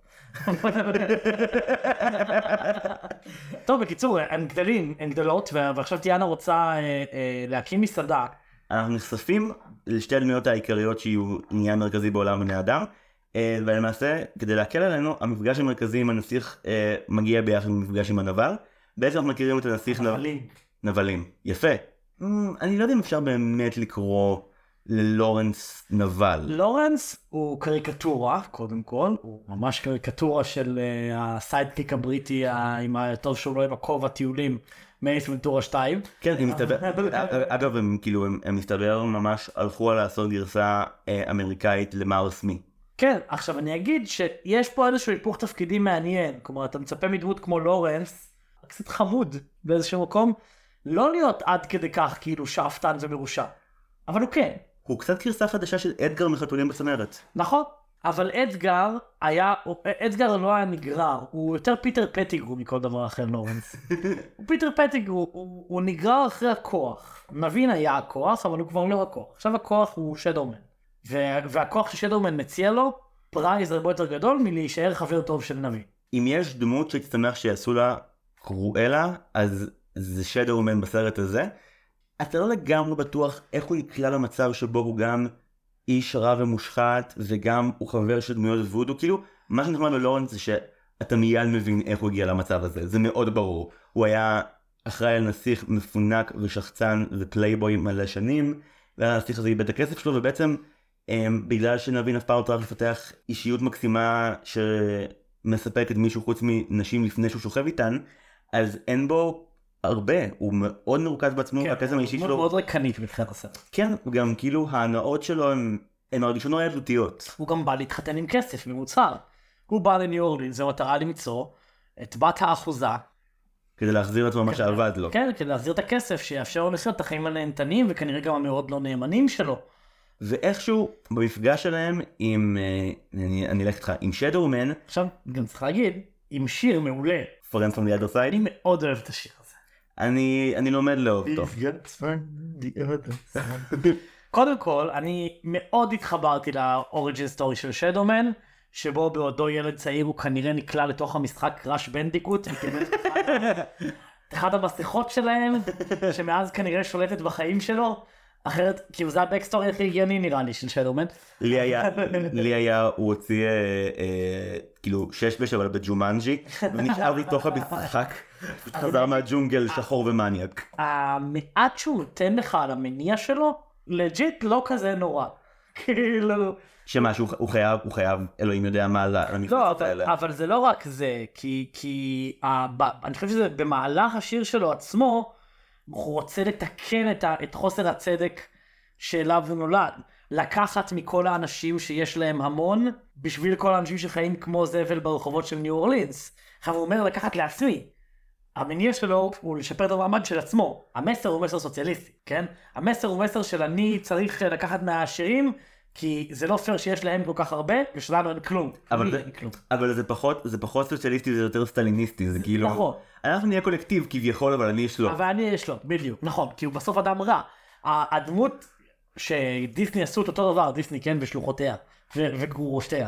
טוב, בקיצור, הם גדלים, הם גדלות, ועכשיו טיאנה רוצה להקים מסעדה. אנחנו נחשפים לשתי הדמויות העיקריות שיהיו עניין מרכזי בעולם בני אדם, ולמעשה, כדי להקל עלינו, המפגש המרכזי עם הנסיך מגיע ביחד עם המפגש עם הנבל. בעצם אנחנו מכירים את הנסיך... נבלים. נבלים. יפה. אני לא יודע אם אפשר באמת לקרוא ללורנס נבל. לורנס הוא קריקטורה, קודם כל. הוא ממש קריקטורה של הסיידקיק הבריטי, עם הטוב שהוא לא עם הכובע טיולים, מאיס ונטורה שתיים. כן, אגב, הם כאילו, הם מסתבר ממש הלכו על לעשות גרסה אמריקאית למאוס מי. כן, עכשיו אני אגיד שיש פה איזשהו היפוך תפקידים מעניין, כלומר אתה מצפה מדמות כמו לורנס, קצת חמוד באיזשהו מקום, לא להיות עד כדי כך כאילו שאפתן ומרושע, אבל הוא כן. הוא קצת גרסה חדשה של אדגר מחתולים בצמרת. נכון, אבל אדגר היה, אדגר לא היה נגרר, הוא יותר פיטר פטיגרו מכל דבר אחר לורנס. הוא פיטר פטיגרו, הוא, הוא נגרר אחרי הכוח, מבין היה הכוח, אבל הוא כבר לא הכוח, עכשיו הכוח הוא שדומן. והכוח ששדומן מציע לו, פרייז הרבה יותר גדול מלהישאר חבר טוב של נביא. אם יש דמות שתצטמח שיעשו לה קרואלה, אז זה שדומן בסרט הזה. אתה לא לגמרי בטוח איך הוא יקלע למצב שבו הוא גם איש רע ומושחת, וגם הוא חבר של דמויות וודו. כאילו, מה שנחמד ללורנס זה שאתה מיד מבין איך הוא הגיע למצב הזה. זה מאוד ברור. הוא היה אחראי על נסיך מפונק ושחצן ופלייבוי מלא שנים, והנסיך הזה איבד את הכסף שלו, ובעצם בגלל שנבין אף פעם לא צריך לפתח אישיות מקסימה שמספקת מישהו חוץ מנשים לפני שהוא שוכב איתן, אז אין בו הרבה, הוא מאוד מרוכז בעצמו, הקסם האישי שלו. הוא מאוד ריקנית מבחינת הסרט. כן, גם כאילו ההנאות שלו הן הרגישות נורא ילדותיות. הוא גם בא להתחתן עם כסף ממוצר. הוא בא לניו אורלינס, זו מטרה למצוא את בת האחוזה. כדי להחזיר את מה שעבד לו. כן, כדי להחזיר את הכסף שיאפשר לו לחיות את החיים הנהנתניים, וכנראה גם המאוד לא נאמנים שלו. ואיכשהו במפגש שלהם עם, אני, אני אלך איתך, עם שדומן. עכשיו, גם צריך להגיד, עם שיר מעולה. Friends from the other side. אני מאוד אוהב את השיר הזה. אני, אני לומד לאהוב אותו. קודם כל, אני מאוד התחברתי לאוריג'ין סטורי של שדומן, שבו בעודו ילד צעיר הוא כנראה נקלע לתוך המשחק קראש בנדיקוט, אחד המסכות שלהם, שמאז כנראה שולטת בחיים שלו, אחרת, כאילו זה הבקסטורי הכי הגיוני נראה לי של שדומן. לי היה, לי היה, הוא הוציא כאילו שש בש אבל בג'ומנג'י, ונשאר לי תוך המשחק, חזר מהג'ונגל שחור ומניאק. המעט שהוא נותן לך על המניע שלו, לג'יט לא כזה נורא. כאילו... שמשהו, הוא חייב, הוא חייב, אלוהים יודע מה על המפלצות האלה. לא, אבל זה לא רק זה, כי, כי אני חושב שזה במהלך השיר שלו עצמו, הוא רוצה לתקן את, ה, את חוסר הצדק שאליו הוא נולד. לקחת מכל האנשים שיש להם המון, בשביל כל האנשים שחיים כמו זבל ברחובות של ניו אורלינס. עכשיו הוא אומר לקחת לעצמי. המניע שלו הוא לשפר את המעמד של עצמו. המסר הוא מסר סוציאליסטי, כן? המסר הוא מסר של אני צריך לקחת מהעשירים, כי זה לא פייר שיש להם כל כך הרבה, ושלנו אין כלום. אבל, זה, כלום. אבל זה פחות, זה פחות סוציאליסטי, זה יותר סטליניסטי, זה כאילו... נכון. אנחנו נהיה קולקטיב כביכול, אבל אני יש לו. אבל אני יש לו, בדיוק, נכון, כי הוא בסוף אדם רע. הדמות שדיסני עשו את אותו דבר, דיסני כן ושלוחותיה, וגרורושתיה.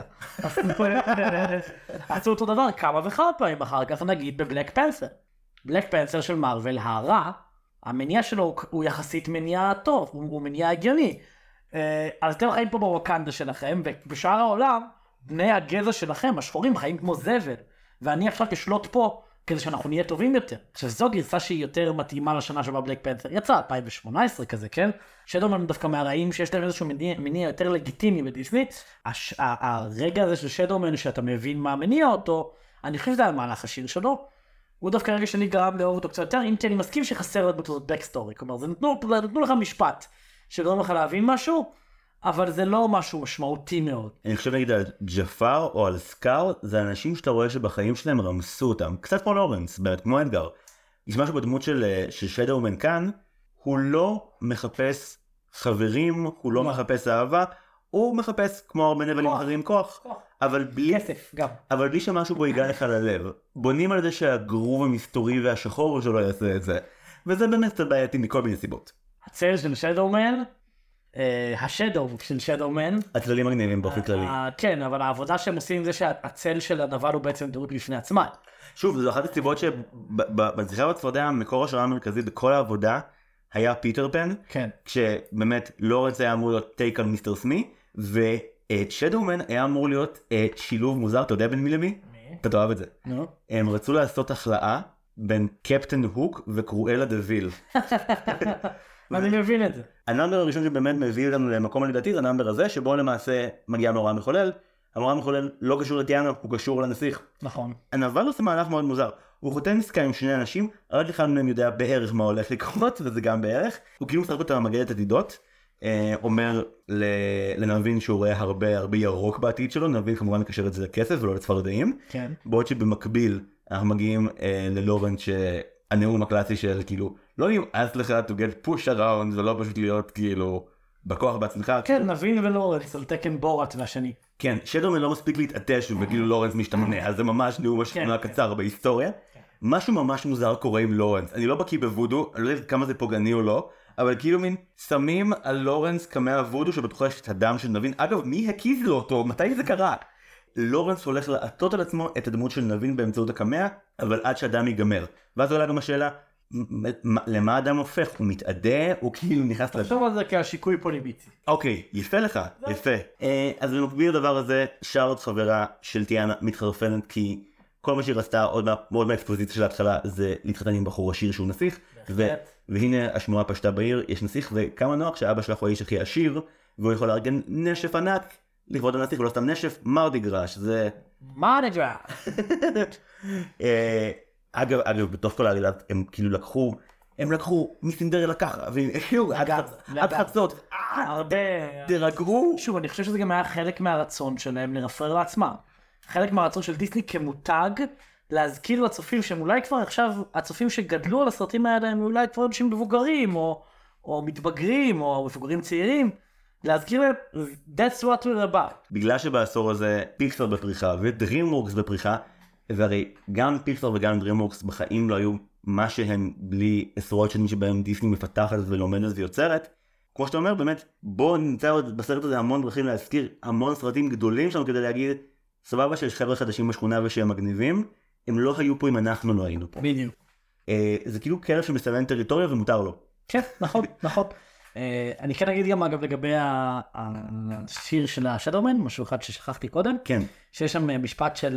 עשו אותו דבר כמה וכמה פעמים אחר כך, נגיד בבלק פנסר. בלק פנסר של מארוול, הרע, המניע שלו הוא יחסית מניע טוב, הוא מניע הגיוני. אז אתם חיים פה בווקנדה שלכם, ובשאר העולם, בני הגזע שלכם, השחורים, חיים כמו זבל. ואני עכשיו אשלוט פה, כדי שאנחנו נהיה טובים יותר. עכשיו, זו גרסה שהיא יותר מתאימה לשנה שבה בלק פנת'ר יצא, אלפיים שמונה עשרה כזה, כן? שדומן דווקא מהרעים שיש להם איזשהו מניע, מניע יותר לגיטימי בדיסני. הש, הרגע הזה של שדומן, שאתה מבין מה מניע אותו, אני חושב שזה על מהלך השיר שלו. הוא דווקא רגע שאני גרם לאהוב אותו קצת יותר, אם אני מסכים שחסר את בקסטורי. כלומר, זה נתנו, נתנו לך משפט, שגרם לך להבין משהו, אבל זה לא משהו משמעותי מאוד. אני חושב להגיד על ג'פר או על סקאר, זה אנשים שאתה רואה שבחיים שלהם רמסו אותם, קצת כמו לורנס, באמת כמו אדגר. יש משהו בדמות של, של שדאומן כאן, הוא לא מחפש חברים, הוא לא מחפש אהבה, הוא מחפש כמו הרבה נבלים אחרים כוח, כוח. אבל בלי כסף גם. אבל בלי שמשהו בו ייגע לך ללב. בונים על זה שהגרוב המסתורי והשחור שלו יעשה את זה, וזה באמת קצת בעייתי מכל מיני סיבות. הצל של שדאומן, השדאו של שדאומן. הצללים מגניבים באופן כללי. כן, אבל העבודה שהם עושים זה שהצל של הנבל הוא בעצם דמות בפני עצמה. שוב, זו אחת הסיבות שבזכירה בצפרדע, מקור השראה המרכזי בכל העבודה היה פיטר פן, כן. כשבאמת לורנס היה אמור להיות טייק על מיסטר סמי, ושדאומן היה אמור להיות שילוב מוזר, אתה יודע בין מי למי? מי? אתה תאהב את זה. נו. הם רצו לעשות החלאה בין קפטן הוק וקרואלה דוויל. אני מבין את זה. הנאמבר הראשון שבאמת מביא אותנו למקום לדעתי זה הנאמבר הזה, שבו למעשה מגיע המאורע המחולל. המאורע המחולל לא קשור לטיאנה, הוא קשור לנסיך. נכון. הנבל עושה מהלך מאוד מוזר. הוא חותם עסקה עם שני אנשים, רק אחד מהם יודע בערך מה הולך לקרות, וזה גם בערך. הוא כאילו משחק אותה מגדת עתידות, אה, אומר לנבין שהוא רואה הרבה הרבה ירוק בעתיד שלו, נבין כמובן מקשר את זה לכסף ולא לצפרדעים. כן. בעוד שבמקביל אנחנו מגיעים אה, ללורנס שהנאום הקלאסי של כאילו, לא נמאס לך to get push around, ולא פשוט להיות כאילו בכוח בעצמך. כן, נבין ולורנס על תקן בורת והשני. כן, שדאומן לא מספיק להתעטש וכאילו לורנס משתמנה, אז זה ממש נאום השכונה קצר בהיסטוריה. משהו ממש מוזר קורה עם לורנס, אני לא בקיא בוודו, אני לא יודע כמה זה פוגעני או לא, אבל כאילו מין שמים על לורנס קמע וודו שבתוכה יש את הדם של נבין. אגב, מי הקיז לו אותו? מתי זה קרה? לורנס הולך לעטות על עצמו את הדמות של נבין באמצעות הקמע, אבל עד שהדם ייגמר. ואז עולה גם השאלה, למה האדם הופך? הוא מתעדה? הוא כאילו נכנס... תחשוב על זה כשיקוי פוליביצי. אוקיי, יפה לך, יפה. אז במקביל לדבר הזה, שרלוט חברה של טיאנה מתחרפנת, כי כל מה שהיא רצתה עוד מהאקספוזיציה של ההתחלה זה להתחתן עם בחור עשיר שהוא נסיך, והנה השמועה פשטה בעיר, יש נסיך, וכמה נוח שאבא שלך הוא האיש הכי עשיר, והוא יכול לארגן נשף ענק לכבוד הנסיך, ולא סתם נשף, מרדיגרש, זה... מרדיגרש. אגב, אגב, בתוך כל העלילה הם כאילו לקחו, הם לקחו מסינדרלה ככה, והם כאילו, עד חצות, הרבה... תרגעו. שוב, אני חושב שזה גם היה חלק מהרצון שלהם לרפרר לעצמם. חלק מהרצון של דיסני כמותג, להזכיר לצופים שהם אולי כבר עכשיו, הצופים שגדלו על הסרטים האלה, הם אולי כבר אנשים מבוגרים, או, או מתבגרים, או מבוגרים צעירים, להזכיר להם, that's what we're about. בגלל שבעשור הזה פיקסאר בפריחה ודרימוורקס בפריחה, והרי גם פיקסאר וגם דרימוורקס בחיים לא היו מה שהם בלי עשרות שנים שבהם דיסני מפתחת ולומדת ויוצרת. כמו שאתה אומר, באמת, בואו נמצא עוד בסרט הזה המון דרכים להזכיר המון סרטים גדולים שלנו כדי להגיד, סבבה שיש חבר'ה חדשים בשכונה ושהם מגניבים, הם לא היו פה אם אנחנו לא היינו פה. בדיוק. אה, זה כאילו כלב שמסתובב טריטוריה ומותר לו. כן, נכון, נכון. אני כן אגיד גם אגב לגבי השיר של השדאומן, משהו אחד ששכחתי קודם. כן. שיש שם משפט של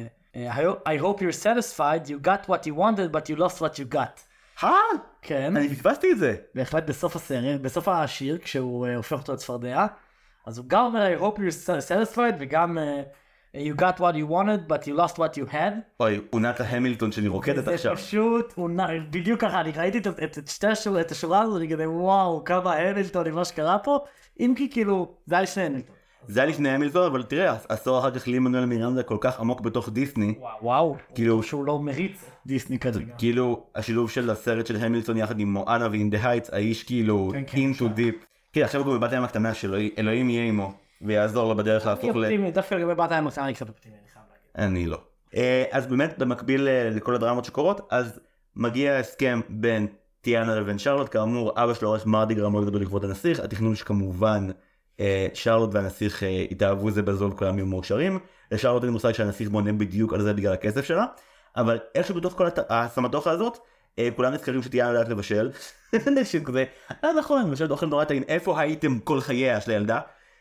I hope you're satisfied, you got what you wanted, but you lost what you got. אה? כן. אני פספסתי את זה. בהחלט בסוף הסרט, בסוף השיר, כשהוא הופך אותו לצפרדע, אז הוא גם אומר I hope you're satisfied, וגם you got what you wanted, but you lost what you had. אוי, עונת ההמילטון שאני רוקדת עכשיו. זה פשוט, בדיוק ככה, אני ראיתי את השורה הזו, אני כזה וואו, כמה המילטון עם מה שקרה פה, אם כי כאילו, זה היה לפני המילטון. זה היה לפני המילטון, אבל תראה, עשור אחר כך לימנואל מירנדה כל כך עמוק בתוך דיסני. וואו, כאילו, שהוא לא מריץ דיסני כזה. כאילו, השילוב של הסרט של המילטון יחד עם מואנה ועם דה הייטס, האיש כאילו, into deep. כן, עכשיו הוא בבת הים הקטנה שלו, אלוהים יהיה עמו, ויעזור לו בדרך להפוך ל... דווקא לגבי בת הים הקטנה אני קצת אופטימי, אני חייב להגיד. אני לא. אז באמת, במקביל לכל הדרמות שקורות, אז מגיע הסכם בין טיאנה לבין שרלוט, כאמור, אבא שלו עורך מרדיגרם מאוד גדול לכבוד הנסיך, התכנון שכמובן שרלוט והנסיך התאהבו זה בזול, כולם יהיו מאושרים, לשרלוט אין מושג שהנסיך בונה בדיוק על זה בגלל הכסף שלה, אבל איכשהו בתוך כל הסמטוחה הזאת, כולם נזכרים שטיאנה יודעת לבשל, כזה, אה נכון, לבשל אוכל נורא טעים, איפה הייתם כל חייה של הילדה?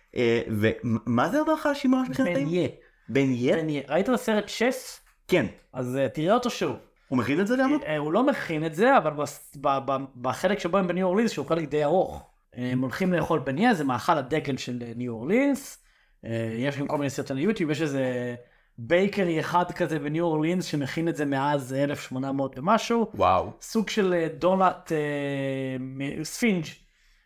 ומה זה המאכל שימוש? בן יה. בן יה? ראית בסרט שף? כן. אז תראה אותו שוב. הוא מכין את זה גם? הוא לא מכין את זה, אבל בחלק שבו הם בניו אורלינס, שהוא חלק די ארוך, הם הולכים לאכול בן יה, זה מאכל הדגל של ניו אורלינס, יש גם כל מיני סרטונים יוטיוב, יש איזה בייקרי אחד כזה בניו אורלינס, שמכין את זה מאז אלף שמונה מאות ומשהו. וואו. סוג של דונלט ספינג'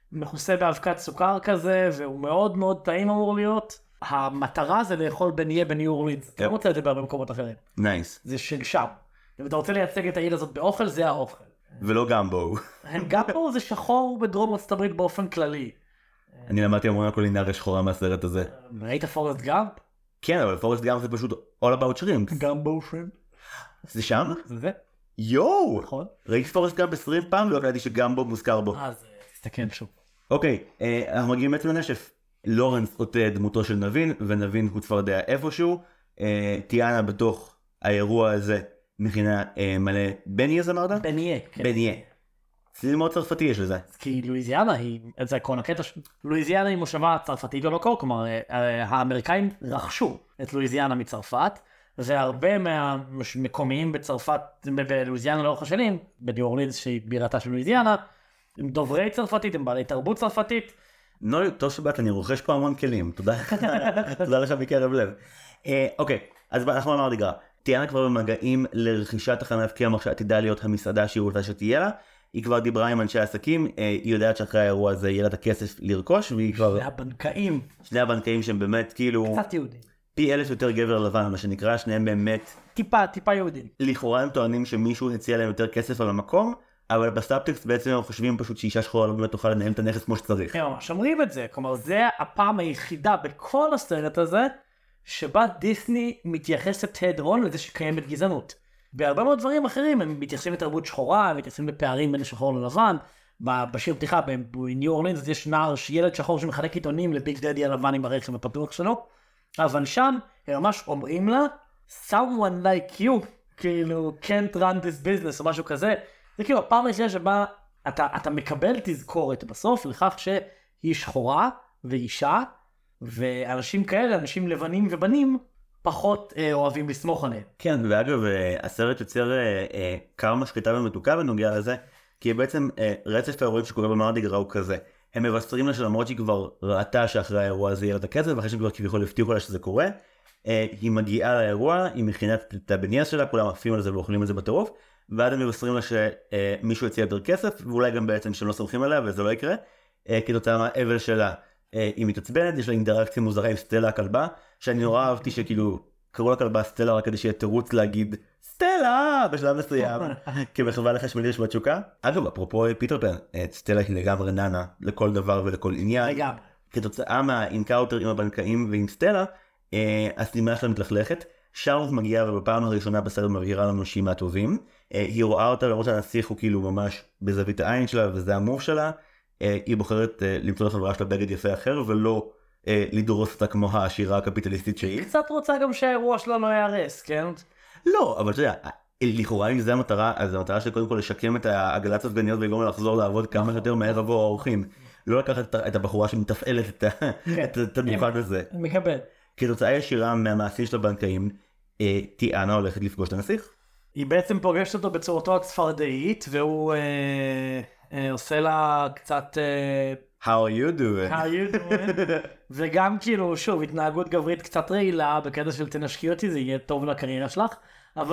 מכוסה באבקת סוכר כזה, והוא מאוד מאוד טעים אמור להיות. המטרה זה לאכול בניה בניו אורלינס, אתה לא רוצה את זה בהרבה מקומות אחרים. נייס. זה של שם. אם אתה רוצה לייצג את העיר הזאת באוכל, זה האוכל. ולא גמבו. גמבו זה שחור בדרום ארצות הברית באופן כללי. אני למדתי המון הקולינריה שחורה מהסרט הזה. ראית פורסט גאמפ? כן, אבל פורסט גאמפ זה פשוט all about shrimp. גמבו שרימפ. זה שם? זה זה. יואו! נכון. ראיתי פורסט גאמפ עשרים פעם, לא ידעתי שגמבו מוזכר בו. אז תסתכל שוב. אוקיי, אנחנו מגיעים בעצם לנשף. לורנס עוטה דמותו של נבין, ונבין הוא צפרדע איפשהו. טיאנה בתוך האירוע הזה מכינה מלא בניה, זה אמרת? בניה. בניה. צליל מאוד צרפתי יש לזה. כי לואיזיאנה היא, זה עקרון הקטע, לואיזיאנה היא מושבה צרפתית במקור, כלומר האמריקאים רכשו את לואיזיאנה מצרפת, והרבה מהמקומיים בצרפת, בלואיזיאנה לאורך השנים, בניו אורלינס שהיא בירתה של לואיזיאנה, הם דוברי צרפתית, הם בעלי תרבות צרפתית. נוי, טוב שבאת, אני רוכש פה המון כלים, תודה, תודה לך מקרב לב. אוקיי, אז אנחנו אמר דיגרה, טיאנה כבר במגעים לרכישת תחנת קמח שעתידה להיות המסעדה שהיא רוצה שתהיה לה, היא כבר דיברה עם אנשי עסקים, היא יודעת שאחרי האירוע הזה יהיה לה את הכסף לרכוש, והיא כבר... שני הבנקאים. שני הבנקאים שהם באמת כאילו... קצת יהודים. פי אלף יותר גבר לבן, מה שנקרא, שניהם באמת... טיפה, טיפה יהודים. לכאורה הם טוענים שמישהו הציע להם יותר כסף על המקום, אבל בסאבטקסט בעצם הם חושבים פשוט שאישה שחורה לא באמת תוכל לנהל את הנכס כמו שצריך. הם ממש אומרים את זה, כלומר זה הפעם היחידה בכל הסרט הזה, שבה דיסני מתייחסת head on לזה שקיימת גזענות. בהרבה מאוד דברים אחרים הם מתייחסים לתרבות שחורה, הם מתייחסים לפערים בין שחור ללבן. בשיר פתיחה בניו אורלינס יש נער, ילד שחור שמחלק עיתונים לביג דדי הלבן עם הרכב הפתוח שלו, אבל שם הם ממש אומרים לה, someone like you, כאילו can't run this business או משהו כזה. זה כאילו הפעם היחידה שבה אתה, אתה מקבל תזכורת בסוף לכך שהיא שחורה ואישה, ואנשים כאלה, אנשים לבנים ובנים, פחות אה, אוהבים לסמוך עליהם. כן, ואגב, אה, הסרט יוצר אה, אה, קרמה שקטה ומתוקה בנוגע לזה, כי בעצם אה, רצף האירועים שקורה במרדי גרא הוא כזה. הם מבשרים לה שלמרות שהיא כבר ראתה שאחרי האירוע הזה יהיה לה את הכסף, ואחרי שכבר כביכול הבטיחו לה שזה קורה, אה, היא מגיעה לאירוע, היא מכינה את הבנייה שלה, כולם עפים על זה ואוכלים על זה בטירוף, ועד הם מבשרים לה שמישהו יציע יותר כסף, ואולי גם בעצם שהם לא סומכים עליה וזה לא יקרה, אה, כתוצאה מהאבל שלה. היא מתעצבנת, יש לה אינטראקציה מוזרה עם סטלה הכלבה, שאני נורא אהבתי שכאילו קראו לכלבה סטלה רק כדי שיהיה תירוץ להגיד סטלה בשלב מסוים, כמחווה לחשמלי יש בתשוקה. אגב, אפרופו פיטר פן, סטלה היא לגמרי ננה לכל דבר ולכל עניין. לגמרי. כתוצאה מהאינקאוטר עם הבנקאים ועם סטלה, הסלימה שלה מתלכלכת. שרלוט מגיעה ובפעם הראשונה בסרט מבהירה לנו שהיא מהטובים. היא רואה אותה למרות שהנסיך הוא כאילו ממש בזווית העין שלה וזה המוב שלה. היא בוחרת למצוא לחברה שלה בגד יפה אחר ולא לדרוס אותה כמו העשירה הקפיטליסטית שהיא. קצת רוצה גם שהאירוע שלה לא יערס, כן? לא, אבל אתה יודע, לכאורה אם זה המטרה, אז המטרה שלי קודם כל לשקם את העגלת הספגניות ולגרום לחזור לעבוד כמה שיותר מהר עבור האורחים. לא לקחת את הבחורה שמתפעלת את הדוכן הזה. מקבל. כתוצאה ישירה מהמעשים של הבנקאים, טיאנה הולכת לפגוש את הנסיך. היא בעצם פוגשת אותו בצורתו הצפרדעית, והוא עושה לה קצת... How are you doing? How are you doing? וגם כאילו, שוב, התנהגות גברית קצת רעילה, בקטע של תנשקי אותי, זה יהיה טוב לקריירה שלך, אבל...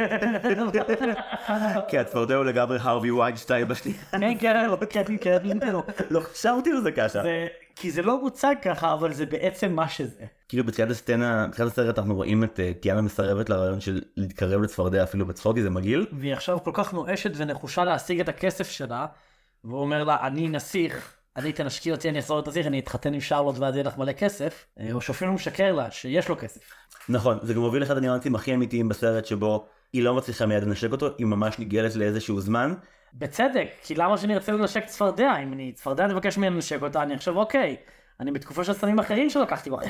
כי הצפרדע הוא לגמרי הרווי ויינסטיין בשנייה. כן, כן, לא, כן, כן, לא חשבתי על זה ככה. כי זה לא מוצג ככה, אבל זה בעצם מה שזה. כאילו בתחילת הסצנה, בתחילת הסרט אנחנו רואים את טיאנה מסרבת לרעיון של להתקרב לצפרדע אפילו בצחוק, כי זה מגעיל. והיא עכשיו כל כך נואשת ונחושה להשיג את הכסף שלה, והוא אומר לה, אני נסיך, אני תנשקי אותי, אני אסור את נסיך, אני אתחתן עם שרלוט ואז יהיה לך מלא כסף, או שאפילו משקר לה שיש לו כסף. נכון, זה גם מוביל אחד הניואנסים הכי אמיתיים בסרט שבו היא לא מצליחה מיד לנשק אותו, היא ממש נגלת לאיזשהו זמן. בצדק, כי למה שאני ארצה לנשק צפרדע? אם אני צפרדע נבקש ממני לנשק אותה, אני עכשיו אוקיי, אני בתקופה של סמים אחרים שלקחתי בו.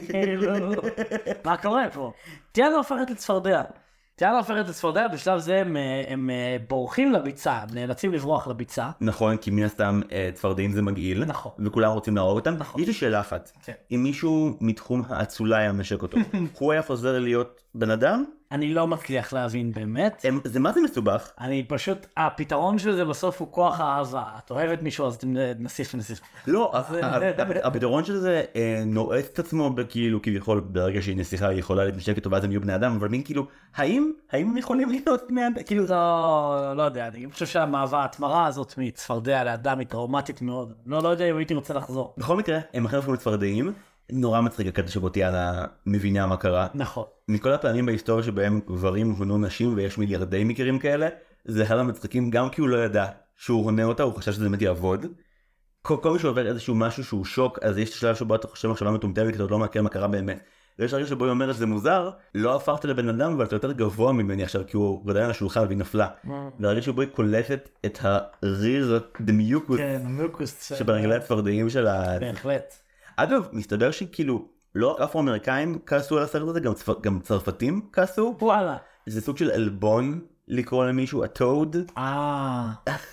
מה קורה פה? טיאנה הופכת לצפרדע. טיאנה הופכת לצפרדע, בשלב זה הם, הם בורחים לביצה, הם נאלצים לברוח לביצה. נכון, כי מן הסתם צפרדעים זה מגעיל. נכון. וכולם רוצים להרוג אותם. נכון. יש לי שאלה אחת. כן. אם מישהו מתחום האצולה היה משק אותו, הוא היה חוזר להיות בן אדם? אני לא מצליח להבין באמת. הם, זה מה זה מסובך? אני פשוט, הפתרון של זה בסוף הוא כוח האהבה. את אוהבת מישהו, אז אתם נסיף נסיף. לא, הפתרון של זה נועץ את עצמו כאילו כביכול ברגע שהיא נסיכה היא יכולה להתנשק איתו ואז הם יהיו בני אדם, אבל מין כאילו, האם, האם הם יכולים להיות בני אדם? כאילו, לא, לא יודע, אני חושב שהמעבר, ההתמרה הזאת מצפרדע לאדם היא טראומטית מאוד. לא, לא יודע אם הייתי רוצה לחזור. בכל מקרה, הם אחרי הפכו לצפרדעים, נורא מצחיק הקטע שבו טיאנה מבינה מה קרה. נכון. מכל הפעמים בהיסטוריה שבהם גברים הונו נשים ויש מיליארדי מקרים כאלה, זה אחד המצחיקים גם כי הוא לא ידע שהוא הונה אותה, הוא חשב שזה באמת יעבוד. כל, כל מי שעובר איזשהו משהו שהוא שוק, אז יש שלב שבו אתה חושב מחשבה מטומטמת כי אתה עוד לא מכיר מה קרה באמת. ויש רגע שבו היא אומרת זה מוזר, לא הפכת לבן אדם אבל אתה יותר גבוה ממני עכשיו כי הוא גדל על השולחן והיא נפלה. והרגע שבו היא קולטת את הריר, דמיוקוס, כן, מיוקוס שברגלי הצפרדעים של ה... בהחלט. אגב, מסתבר שכאילו, לא אפרו-אמריקאים כעסו על הסרט הזה, גם, צפ... גם צרפתים כעסו. וואלה. זה סוג של אלבון לקרוא למישהו, הטוד. אה.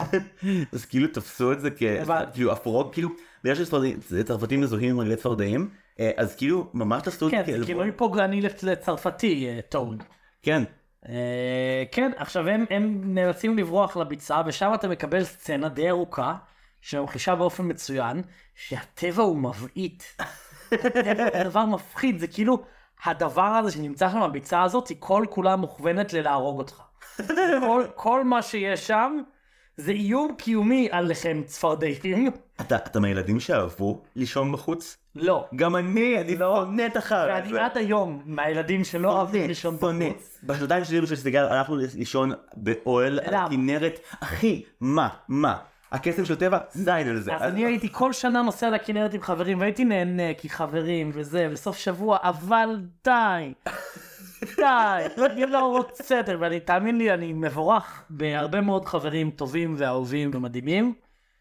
אז כאילו תפסו את זה כאילו אפרו, כאילו, בגלל שצרפתים מזוהים עם רגלי צפרדעים, אז כאילו ממש תפסו את זה כאלבון. כן, זה כאילו היא פוגעני לצרפתי, טוד. כן. כן, עכשיו הם נאלצים לברוח לביצה, ושם אתה מקבל סצנה די ארוכה, שממחישה באופן מצוין, שהטבע הוא מבעית. זה דבר מפחיד, זה כאילו, הדבר הזה שנמצא שם, הביצה הזאת, היא כל כולה מוכוונת ללהרוג אותך. כל, כל מה שיש שם, זה איום קיומי עליכם צפרדעים. אתה, אתה מהילדים שאהבו לישון בחוץ? לא. גם אני, אני לא נט אחר. ואני עד היום מהילדים שלא אוהבים לישון בחוץ. בשנתיים שלי בשביל סיגר, הלכנו לישון באוהל על הכנרת. אחי, מה, מה? הקסם של טבע, די לזה. אז אני הייתי כל שנה נוסע לכנרת עם חברים, והייתי נהנה כי חברים וזה, בסוף שבוע, אבל די. די. אני לא רוצה סדר, ואני, תאמין לי, אני מבורך בהרבה מאוד חברים טובים ואהובים ומדהימים,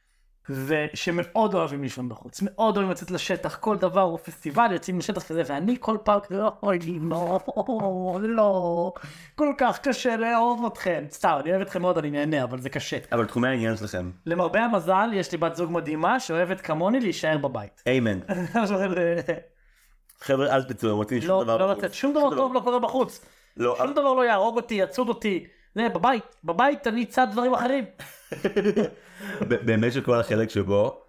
ושמאוד אוהבים לישון בחוץ, מאוד אוהבים לצאת לשטח, כל דבר הוא פסטיבל, יוצאים לשטח כזה, ואני כל פעם, אוי לי, לא, לא, כל כך קשה לאהוב אתכם. סתם, אני אוהב אתכם מאוד, אני נהנה, אבל זה קשה. אבל תחומי העניין שלכם. למרבה המזל, יש לי בת זוג מדהימה, שאוהבת כמוני להישאר בבית. איימן. חבר'ה, אל תצאו, הם רוצים שום דבר בחוץ. לא לצאת, שום דבר טוב לא קורה בחוץ. שום דבר לא יהרוג אותי, יצוד אותי. זה, בבית, בבית אני צד דברים אחרים. באמת שכל החלק שבו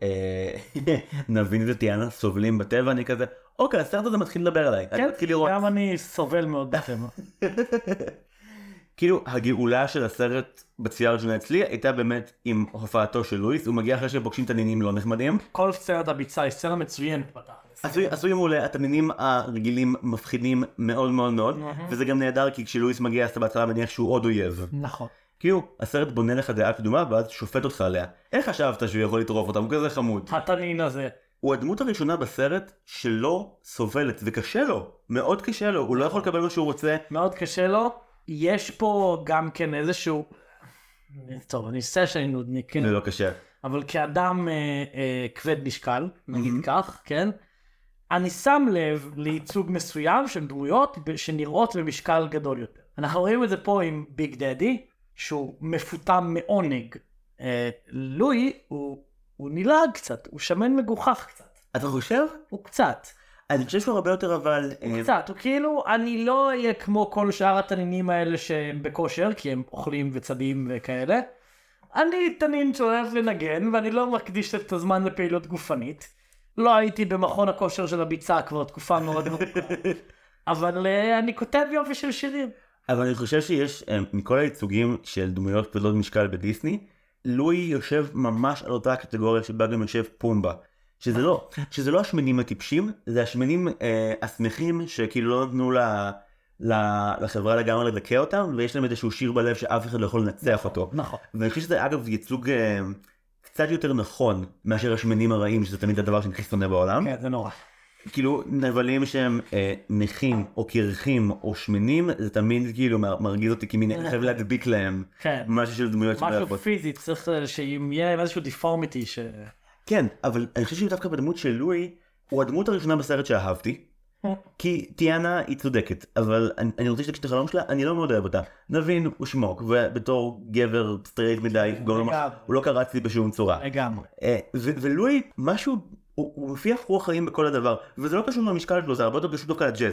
נבין וטיאנה סובלים בטבע, אני כזה, אוקיי, הסרט הזה מתחיל לדבר עליי. כן, גם אני סובל מאוד בטבע. כאילו, הגאולה של הסרט בצפייה הראשונה אצלי הייתה באמת עם הופעתו של לואיס, הוא מגיע אחרי שפוגשים תנינים לא נחמדים. כל סצנת הביצה היא סצנה מצוינת בתכלס. עשוי מעולה, התנינים הרגילים מפחידים מאוד מאוד מאוד, וזה גם נהדר כי כשלואיס מגיע אז אתה בהתחלה מניח שהוא עוד אויב. נכון. כאילו, הסרט בונה לך דעה קדומה ואז שופט אותך עליה. איך חשבת שהוא יכול לטרוף אותם? הוא כזה חמוד. התנין הזה. הוא הדמות הראשונה בסרט שלא סובלת, וקשה לו, מאוד קשה לו, הוא לא יכול לקבל מה שהוא רוצה. מאוד קשה לו. יש פה גם כן איזשהו, טוב, אני אעשה שאני נודניק, כן. זה לא קשה. אבל כאדם אה, אה, כבד משקל, נגיד mm-hmm. כך, כן? אני שם לב לייצוג מסוים של דמויות שנראות במשקל גדול יותר. אנחנו רואים את זה פה עם ביג דדי, שהוא מפותם מעונג. אה, לואי הוא, הוא נילג קצת, הוא שמן מגוחך קצת. אתה חושב? הוא קצת. אני חושב שהוא הרבה יותר אבל... הוא קצת, הוא כאילו, אני לא אהיה כמו כל שאר התנינים האלה שהם בכושר, כי הם אוכלים וצדים וכאלה. אני תנין שאוהב לנגן, ואני לא מקדיש את הזמן לפעילות גופנית. לא הייתי במכון הכושר של הביצה כבר תקופה מאוד מאוד. אבל אני כותב יופי של שירים. אבל אני חושב שיש, מכל הייצוגים של דמויות כבדות משקל בדיסני, לואי יושב ממש על אותה קטגוריה שבה גם יושב פומבה. שזה לא, שזה לא השמנים הטיפשים, זה השמנים אה, השמחים שכאילו לא נתנו לה, לה, לחברה לגמרי לדכא אותם, ויש להם איזשהו שיר בלב שאף אחד לא יכול לנצח אותו. נכון. ואני חושב שזה אגב ייצוג אה, קצת יותר נכון מאשר השמנים הרעים, שזה תמיד הדבר שאני הכי שונא בעולם. כן, זה נורא. כאילו נבלים שהם אה, נכים או קרחים או שמנים, זה תמיד כאילו מרגיז אותי כי מין אני חייב להדביק להם. כן. משהו של דמויות משהו שמלפות. פיזי, צריך שיהיה להם איזשהו דיפורמיטי ש... כן, אבל אני חושב שדווקא בדמות של לואי, הוא הדמות הראשונה בסרט שאהבתי, כי טיאנה היא צודקת, אבל אני, אני רוצה שתקשת את החלום שלה, אני לא מאוד אוהב אותה. נבין, הוא שמוק, ובתור גבר סטרייט מדי, הוא לא קרץ לי בשום צורה. לגמרי. ולואי, משהו, הוא, הוא מפיח רוח חיים בכל הדבר, וזה לא קשור למשקל שלו, זה הרבה יותר פשוט דווקא לג'אז.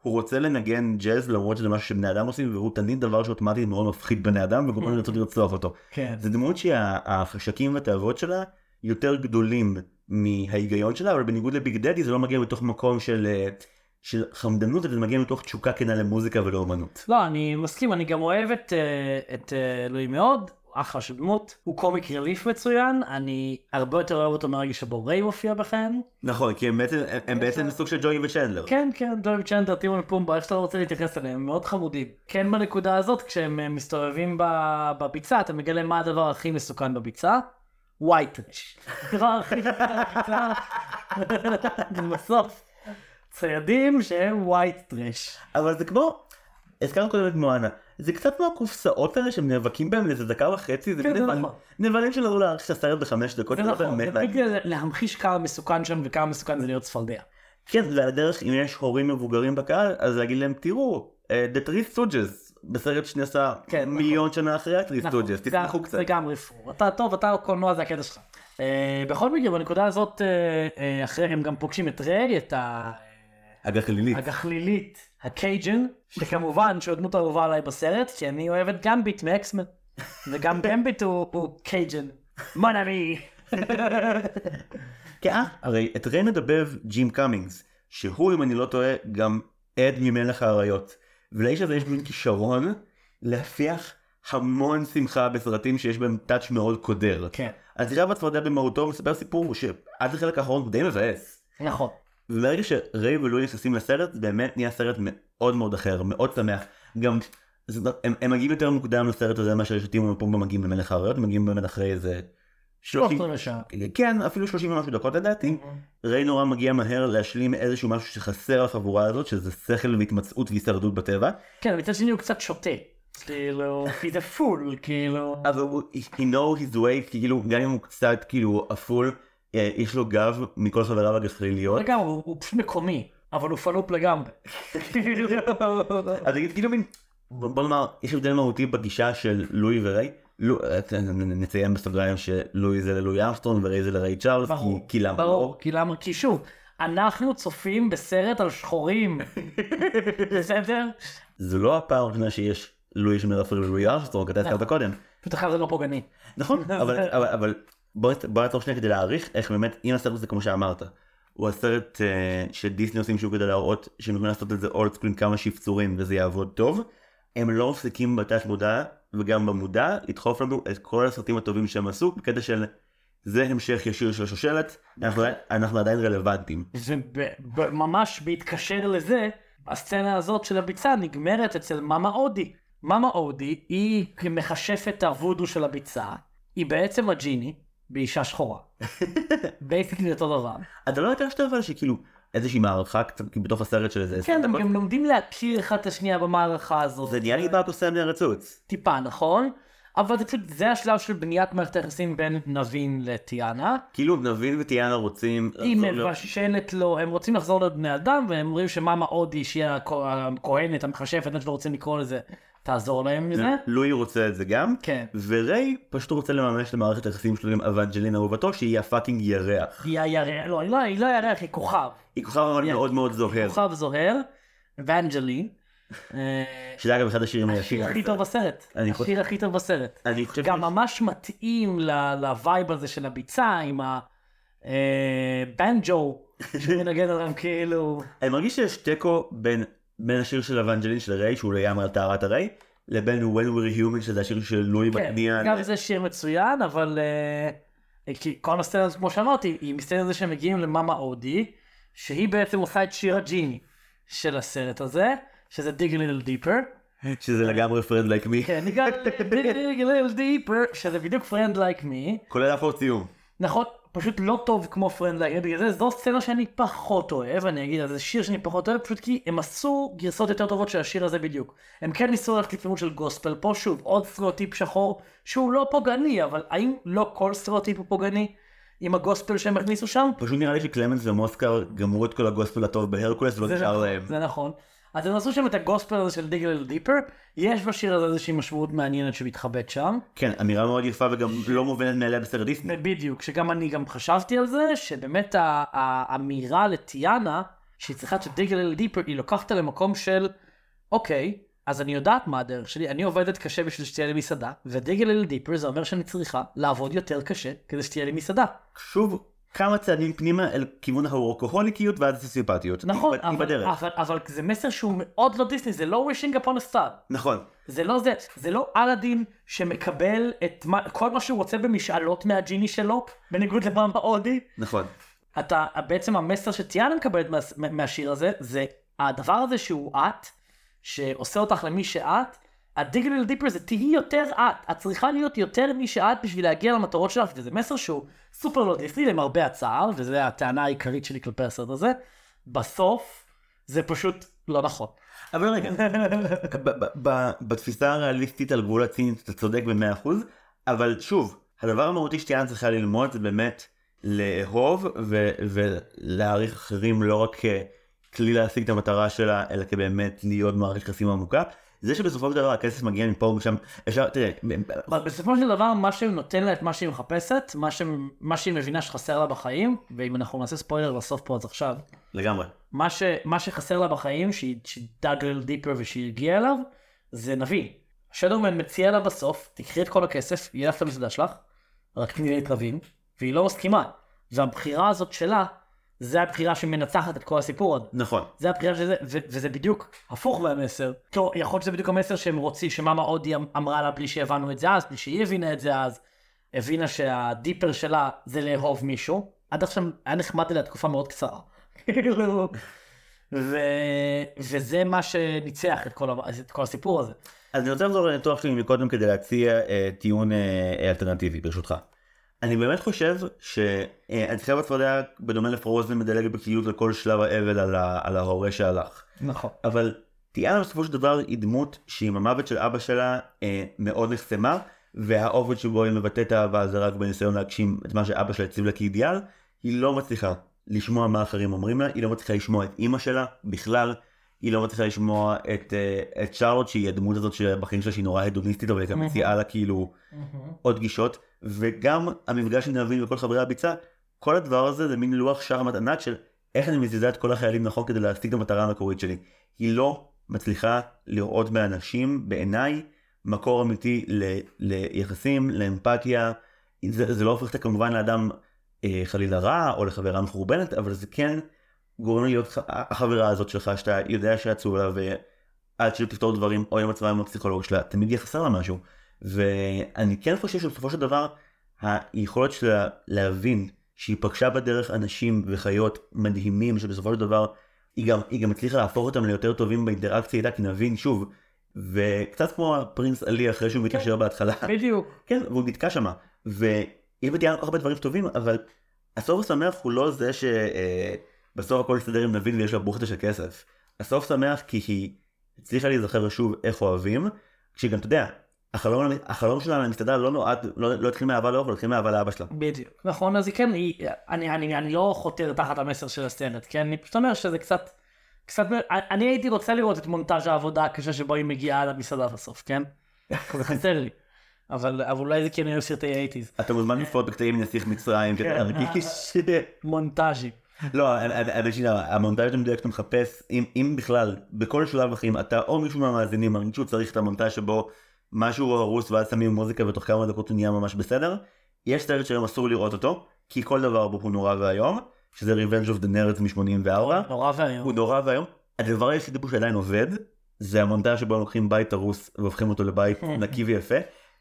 הוא רוצה לנגן ג'אז למרות שזה משהו שבני אדם עושים, והוא תמיד דבר שאוטומטית מאוד מפחיד בני אדם, וגורם לי לרצות לרצוח אותו. כן. זה דמות שהחשקים והתאוות שלה יותר גדולים מההיגיון שלה, אבל בניגוד לביג דדי זה לא מגיע מתוך מקום של, של חמדנות, זה מגיע מתוך תשוקה כנה למוזיקה ולאומנות. לא, אני מסכים, אני גם אוהב את, את לואי מאוד, אחלה של דמות, הוא קומיק רליף מצוין, אני הרבה יותר אוהב אותו מהרגע שבו ריי מופיע בכן. נכון, כי הם בעצם, הם בעצם סוג של ג'וי וצ'נדלר. כן, כן, ג'וי וצ'נדלר, טימון ופומבה, איך שאתה רוצה להתייחס אליהם, הם מאוד חמודים. כן, בנקודה הזאת, כשהם מסתובבים בביצה, אתה מגלה מה הדבר הכי מסוכן בביצה? ווייט טרש. הדבר הכי מסוכן בביצה. בסוף, ציידים שהם ווייט טרש. אבל זה כמו, הזכרנו קודם את מואנה, זה קצת מהקופסאות האלה שהם נאבקים בהם לאיזה דקה וחצי, זה נבלים שלנו להאריך את הסרט בחמש דקות. זה נכון, זה בגלל להמחיש כמה מסוכן שם וכמה מסוכן זה להיות צפרדע. כן, ועל הדרך, אם יש הורים מבוגרים בקהל, אז להגיד להם, תראו, The Three Stooges, בסרט שנעשה מיליון שנה אחרי ה-Three Stooges, תתמכו קצת. זה גם רפור, אתה טוב, אתה קולנוע, זה הקטע שלך. בכל מקרה, בנקודה הזאת, אחרי הם גם פוגשים את ריי, את ה... הגחלילית. הגחלילית, הקייג'ן, שכמובן שהדמות אהובה עליי בסרט, כי אני אוהב את גמביט מאקסמן, וגם גמביט הוא קייג'ן. מונאמי. כן, הרי את ריי מדבב ג'ים קאמינגס, שהוא, אם אני לא טועה, גם עד ממלך האריות. ולאיש הזה יש בין כישרון להפיח המון שמחה בסרטים שיש בהם טאץ' מאוד קודר. כן. אז תראה בצפרדע במהותו מספר סיפור שעד לחלק האחרון הוא די מבאס. נכון. וברגע שריי ולואי נכנסים לסרט, זה באמת נהיה סרט מאוד מאוד אחר, מאוד שמח. גם, הם, הם מגיעים יותר מוקדם לסרט הזה, מה שטימון ופומבה מגיעים למלך האריות, הם מגיעים באמת אחרי איזה... שלושים כן, אפילו שלושים ומשהו דקות לדעתי. ריי נורא מגיע מהר להשלים איזשהו משהו שחסר לחבורה הזאת, שזה שכל והתמצאות והישרדות בטבע. כן, מצד שני הוא קצת שוטה. כאילו, he's a fool, כאילו... אבל הוא, he know his way, כאילו, גם אם הוא קצת, כאילו, אפול, יש לו גב מכל חבריו הגחליליות. לגמרי, הוא פשוט מקומי, אבל הוא פלופ לגמרי. אז כאילו מין, בוא נאמר, יש הבדל מהותי בגישה של לואי וריי. נציין בסוגריים שלואי זה ללואי ארמסטרונג וריי זה לריי צ'ארלס, כי למה? ברור, כי למה? כי שוב, אנחנו צופים בסרט על שחורים. בסדר? זו לא הפעם הראשונה שיש לואי שמרפר ללואי ארמסטרונג, אתה הזכרת קודם. פשוט אחר זה לא פוגעני. נכון, אבל בוא נעצור שנייה כדי להעריך איך באמת, אם הסרט הזה כמו שאמרת, הוא הסרט שדיסני עושים שהוא כדי להראות שהם יכולים לעשות את זה אולד סקרין כמה שיפצורים וזה יעבוד טוב, הם לא מפסיקים בתש מודע וגם במודע לדחוף לנו את כל הסרטים הטובים שהם עשו, בקטע של זה המשך ישיר של השושלת, אנחנו עדיין רלוונטיים. וממש בהתקשר לזה, הסצנה הזאת של הביצה נגמרת אצל מאמה אודי. מאמה אודי היא מחשפת הוודו של הביצה, היא בעצם הג'יני באישה שחורה. בייסיקלי אותו דבר. אתה לא הרגשת אבל שכאילו איזושהי מערכה קצת בתוך הסרט של איזה... כן, הם גם לומדים להכיר אחד את השנייה במערכה הזאת. זה נהיה לי בא קוסם לרצוץ. טיפה, נכון? אבל זה, זה השלב של בניית מערכת היחסים בין נבין לטיאנה. כאילו נבין וטיאנה רוצים... היא מבשלת לו, הם רוצים לחזור להיות בני אדם, והם אומרים שמאמה אודי, שהיא הכהנת, המחשפת, אני שלא רוצים לקרוא לזה, תעזור להם מזה. לואי רוצה את זה גם. כן. וריי פשוט רוצה לממש למערכת היחסים שלו עם אבנג'לינה אהובתו, שהיא הפאקינג ירח. היא הירח, לא, היא לא ירח, היא כוכב. היא כוכב מאוד מאוד זוהר. כוכב זוהר, אבנג'לין. שזה אגב אחד השירים השיר הכי טוב בסרט. השיר הכי טוב בסרט. גם ממש מתאים לווייב הזה של הביצה עם הבנג'ו שמנגן עליהם כאילו. אני מרגיש שיש תיקו בין השיר של אבנג'לין של ריי שהוא לגמרי על טהרת הריי לבין When We're Human שזה השיר של לואי בקנייה. גם זה שיר מצוין אבל כל הסצנה כמו שאמרתי היא מסתכלת על זה שהם מגיעים למאמה אודי שהיא בעצם עושה את שיר הג'יני של הסרט הזה. שזה dig a little deeper. שזה לגמרי friend like me. כן, dig a little deeper, שזה בדיוק friend like me. כולל הפות סיום. נכון, פשוט לא טוב כמו friend like me, בגלל זה זו סצנה שאני פחות אוהב, אני אגיד, זה שיר שאני פחות אוהב, פשוט כי הם עשו גרסות יותר טובות של השיר הזה בדיוק. הם כן ניסו ללכת לכיוון של גוספל, פה שוב, עוד סטריאוטיפ שחור, שהוא לא פוגעני, אבל האם לא כל סטריאוטיפ הוא פוגעני? עם הגוספל שהם הכניסו שם? פשוט נראה לי שקלמנס ומוסקר גמרו את כל הגוספל הטוב בהרקולס ולא נשאר להם. זה נכון. אז הם עשו שם את הגוספל הזה של dig a little deeper, יש בשיר הזה איזושהי משמעות מעניינת שמתחבאת שם. כן, אמירה מאוד יפה וגם לא מובנת מאליה בסרט דיסני. בדיוק, שגם אני גם חשבתי על זה, שבאמת האמירה לטיאנה, שהיא צריכה שדיג ליל דיפר, היא לוקחת למקום של, אוקיי, אז אני יודעת מה הדרך שלי, אני עובדת קשה בשביל שתהיה לי מסעדה, ודיג ליל דיפר זה אומר שאני צריכה לעבוד יותר קשה כדי שתהיה לי מסעדה. שוב, כמה צעדים פנימה אל כיוון ההורקוהוליקיות ועד הסיסיפטיות. נכון, היא בדרך. אבל, אבל זה מסר שהוא מאוד לא דיסני, זה לא wishing upon a star. נכון. זה לא זה, זה לא אלאדין שמקבל את מה, כל מה שהוא רוצה במשאלות מהג'יני שלו, בניגוד למאמה אודי. נכון. אתה, בעצם המסר שטיאנה מקבלת מה, מהשיר הזה, זה הדבר הזה שהוא את, שעושה אותך למי שאת, הדיג ליל דיפר זה תהי יותר את, את צריכה להיות יותר מי שאת בשביל להגיע למטרות שלך, וזה מסר שהוא סופר לא דיסני למרבה הצער, וזו הטענה העיקרית שלי כלפי הסרט הזה, בסוף זה פשוט לא נכון. אבל רגע, בתפיסה הריאליסטית על גבול הצינית אתה צודק ב-מאה אחוז, אבל שוב, הדבר המהותי שטיאנה צריכה ללמוד זה באמת לאהוב ולהעריך אחרים לא רק ככלי להשיג את המטרה שלה, אלא כבאמת להיות מערכת יחסים עמוקה. זה שבסופו של דבר הכסף מגיע מפה ומשם, אפשר, תראה, בסופו של דבר מה שהוא נותן לה את מה שהיא מחפשת, מה, ש... מה שהיא מבינה שחסר לה בחיים, ואם אנחנו נעשה ספוילר לסוף פה אז עכשיו, לגמרי. מה, ש... מה שחסר לה בחיים, שהיא דאג ליל דיפר ושהיא הגיעה אליו, זה נביא. שדורמן מציע לה בסוף, תקחי את כל הכסף, יהיה לך את המסעדה שלך, רק תני לי את רבים, והיא לא מסכימה. והבחירה הזאת שלה, זה הבחירה שמנצחת את כל הסיפור הזה. נכון. זה הבחירה שזה, ו- וזה בדיוק הפוך מהמסר. כאילו, יכול להיות שזה בדיוק המסר שהם רוצים, שמאמה אודי אמרה לה בלי שהבנו את זה אז, בלי שהיא הבינה את זה אז, הבינה שהדיפר שלה זה לאהוב מישהו. עד עכשיו היה נחמד אליה תקופה מאוד קצרה. ו- וזה מה שניצח את כל, את כל הסיפור הזה. אז אני רוצה לחזור לניתוח שלי מקודם כדי להציע אה, טיעון אה, אלטרנטיבי, ברשותך. אני באמת חושב שהתחילה בצפרדע בדומה לפרוזן מדלגת בקלילות לכל שלב האבל על, על ההורה שהלך. נכון. אבל טיאנה בסופו של דבר היא דמות שעם המוות של אבא שלה אה, מאוד נחסמה, והאופן שבו היא מבטאת האהבה זה רק בניסיון להגשים את מה שאבא שלה הציב לה כאידיאל. היא לא מצליחה לשמוע מה אחרים אומרים לה, היא לא מצליחה לשמוע את אמא שלה בכלל, היא לא מצליחה לשמוע את, אה, את שרלוט שהיא הדמות הזאת שבחיים שלה שהיא נורא הדוניסטית, אבל היא גם מציעה לה כאילו עוד גישות. וגם המפגש עם נבין וכל חברי הביצה, כל הדבר הזה זה מין לוח שרמט ענק של איך אני מזיזה את כל החיילים נכון כדי להשיג את המטרה המקורית שלי. היא לא מצליחה לראות באנשים, בעיניי, מקור אמיתי ל- ליחסים, לאמפתיה. זה, זה לא הופך את כמובן לאדם אה, חלילה רע או לחברה מחורבנת, אבל זה כן גורם להיות החברה הזאת שלך, שאתה יודע שעצוב לה, ועד שלא תפתור דברים או עם עצמה עם הפסיכולוג שלה, תמיד יחסר לה משהו. ואני כן חושב שבסופו של דבר היכולת שלה להבין שהיא פגשה בדרך אנשים וחיות מדהימים שבסופו של דבר היא גם, היא גם הצליחה להפוך אותם ליותר טובים באינטראקציה איתה, כי נבין שוב, וקצת כמו הפרינס עלי אחרי שהוא מתקשר בהתחלה. בדיוק. כן, והוא נתקע שמה, והיא בדיוק הרבה דברים טובים, אבל הסוף השמח הוא לא זה שבסוף הכל יסתדר עם נבין ויש לה בוכתה של כסף. הסוף שמח כי היא הצליחה להיזכר שוב איך אוהבים, כשגם אתה יודע, החלום, החלום שלה למסעדה לא נועד, לא, לא התחיל מאהבה לאהוב, לא התחיל מאהבה לאבא שלה. בדיוק. נכון, אז היא כן, היא, אני, אני, אני לא חותר תחת המסר של הסרט, כן? אני פשוט אומר שזה קצת, קצת, אני הייתי רוצה לראות את מונטאז' העבודה הקשה שבו היא מגיעה למסעדה בסוף, כן? זה חסר לי. אבל, אבל אולי זה כן יהיה סרטי האייטיז. אתה מוזמן לפחות בקטעים נסיך מצרים, כדי להרגיש מונטאז'י. לא, המונטאז' המדויק שאתה מחפש, אם בכלל, בכל שלב בחיים, אתה או מישהו מהמאזינים מרגיש שהוא צריך את המונטאז' שבו משהו הרוס ואז שמים מוזיקה ותוך כמה דקות הוא נהיה ממש בסדר. יש סרט שהיום אסור לראות אותו, כי כל דבר בו הוא נורא והיום, שזה Revenge of the Nerds מ-שמונים וארבע. נורא והיום. הוא נורא והיום. הדבר היחידי פה שעדיין עובד, זה המונטאז' שבו לוקחים בית הרוס והופכים אותו לבית נקי ויפה.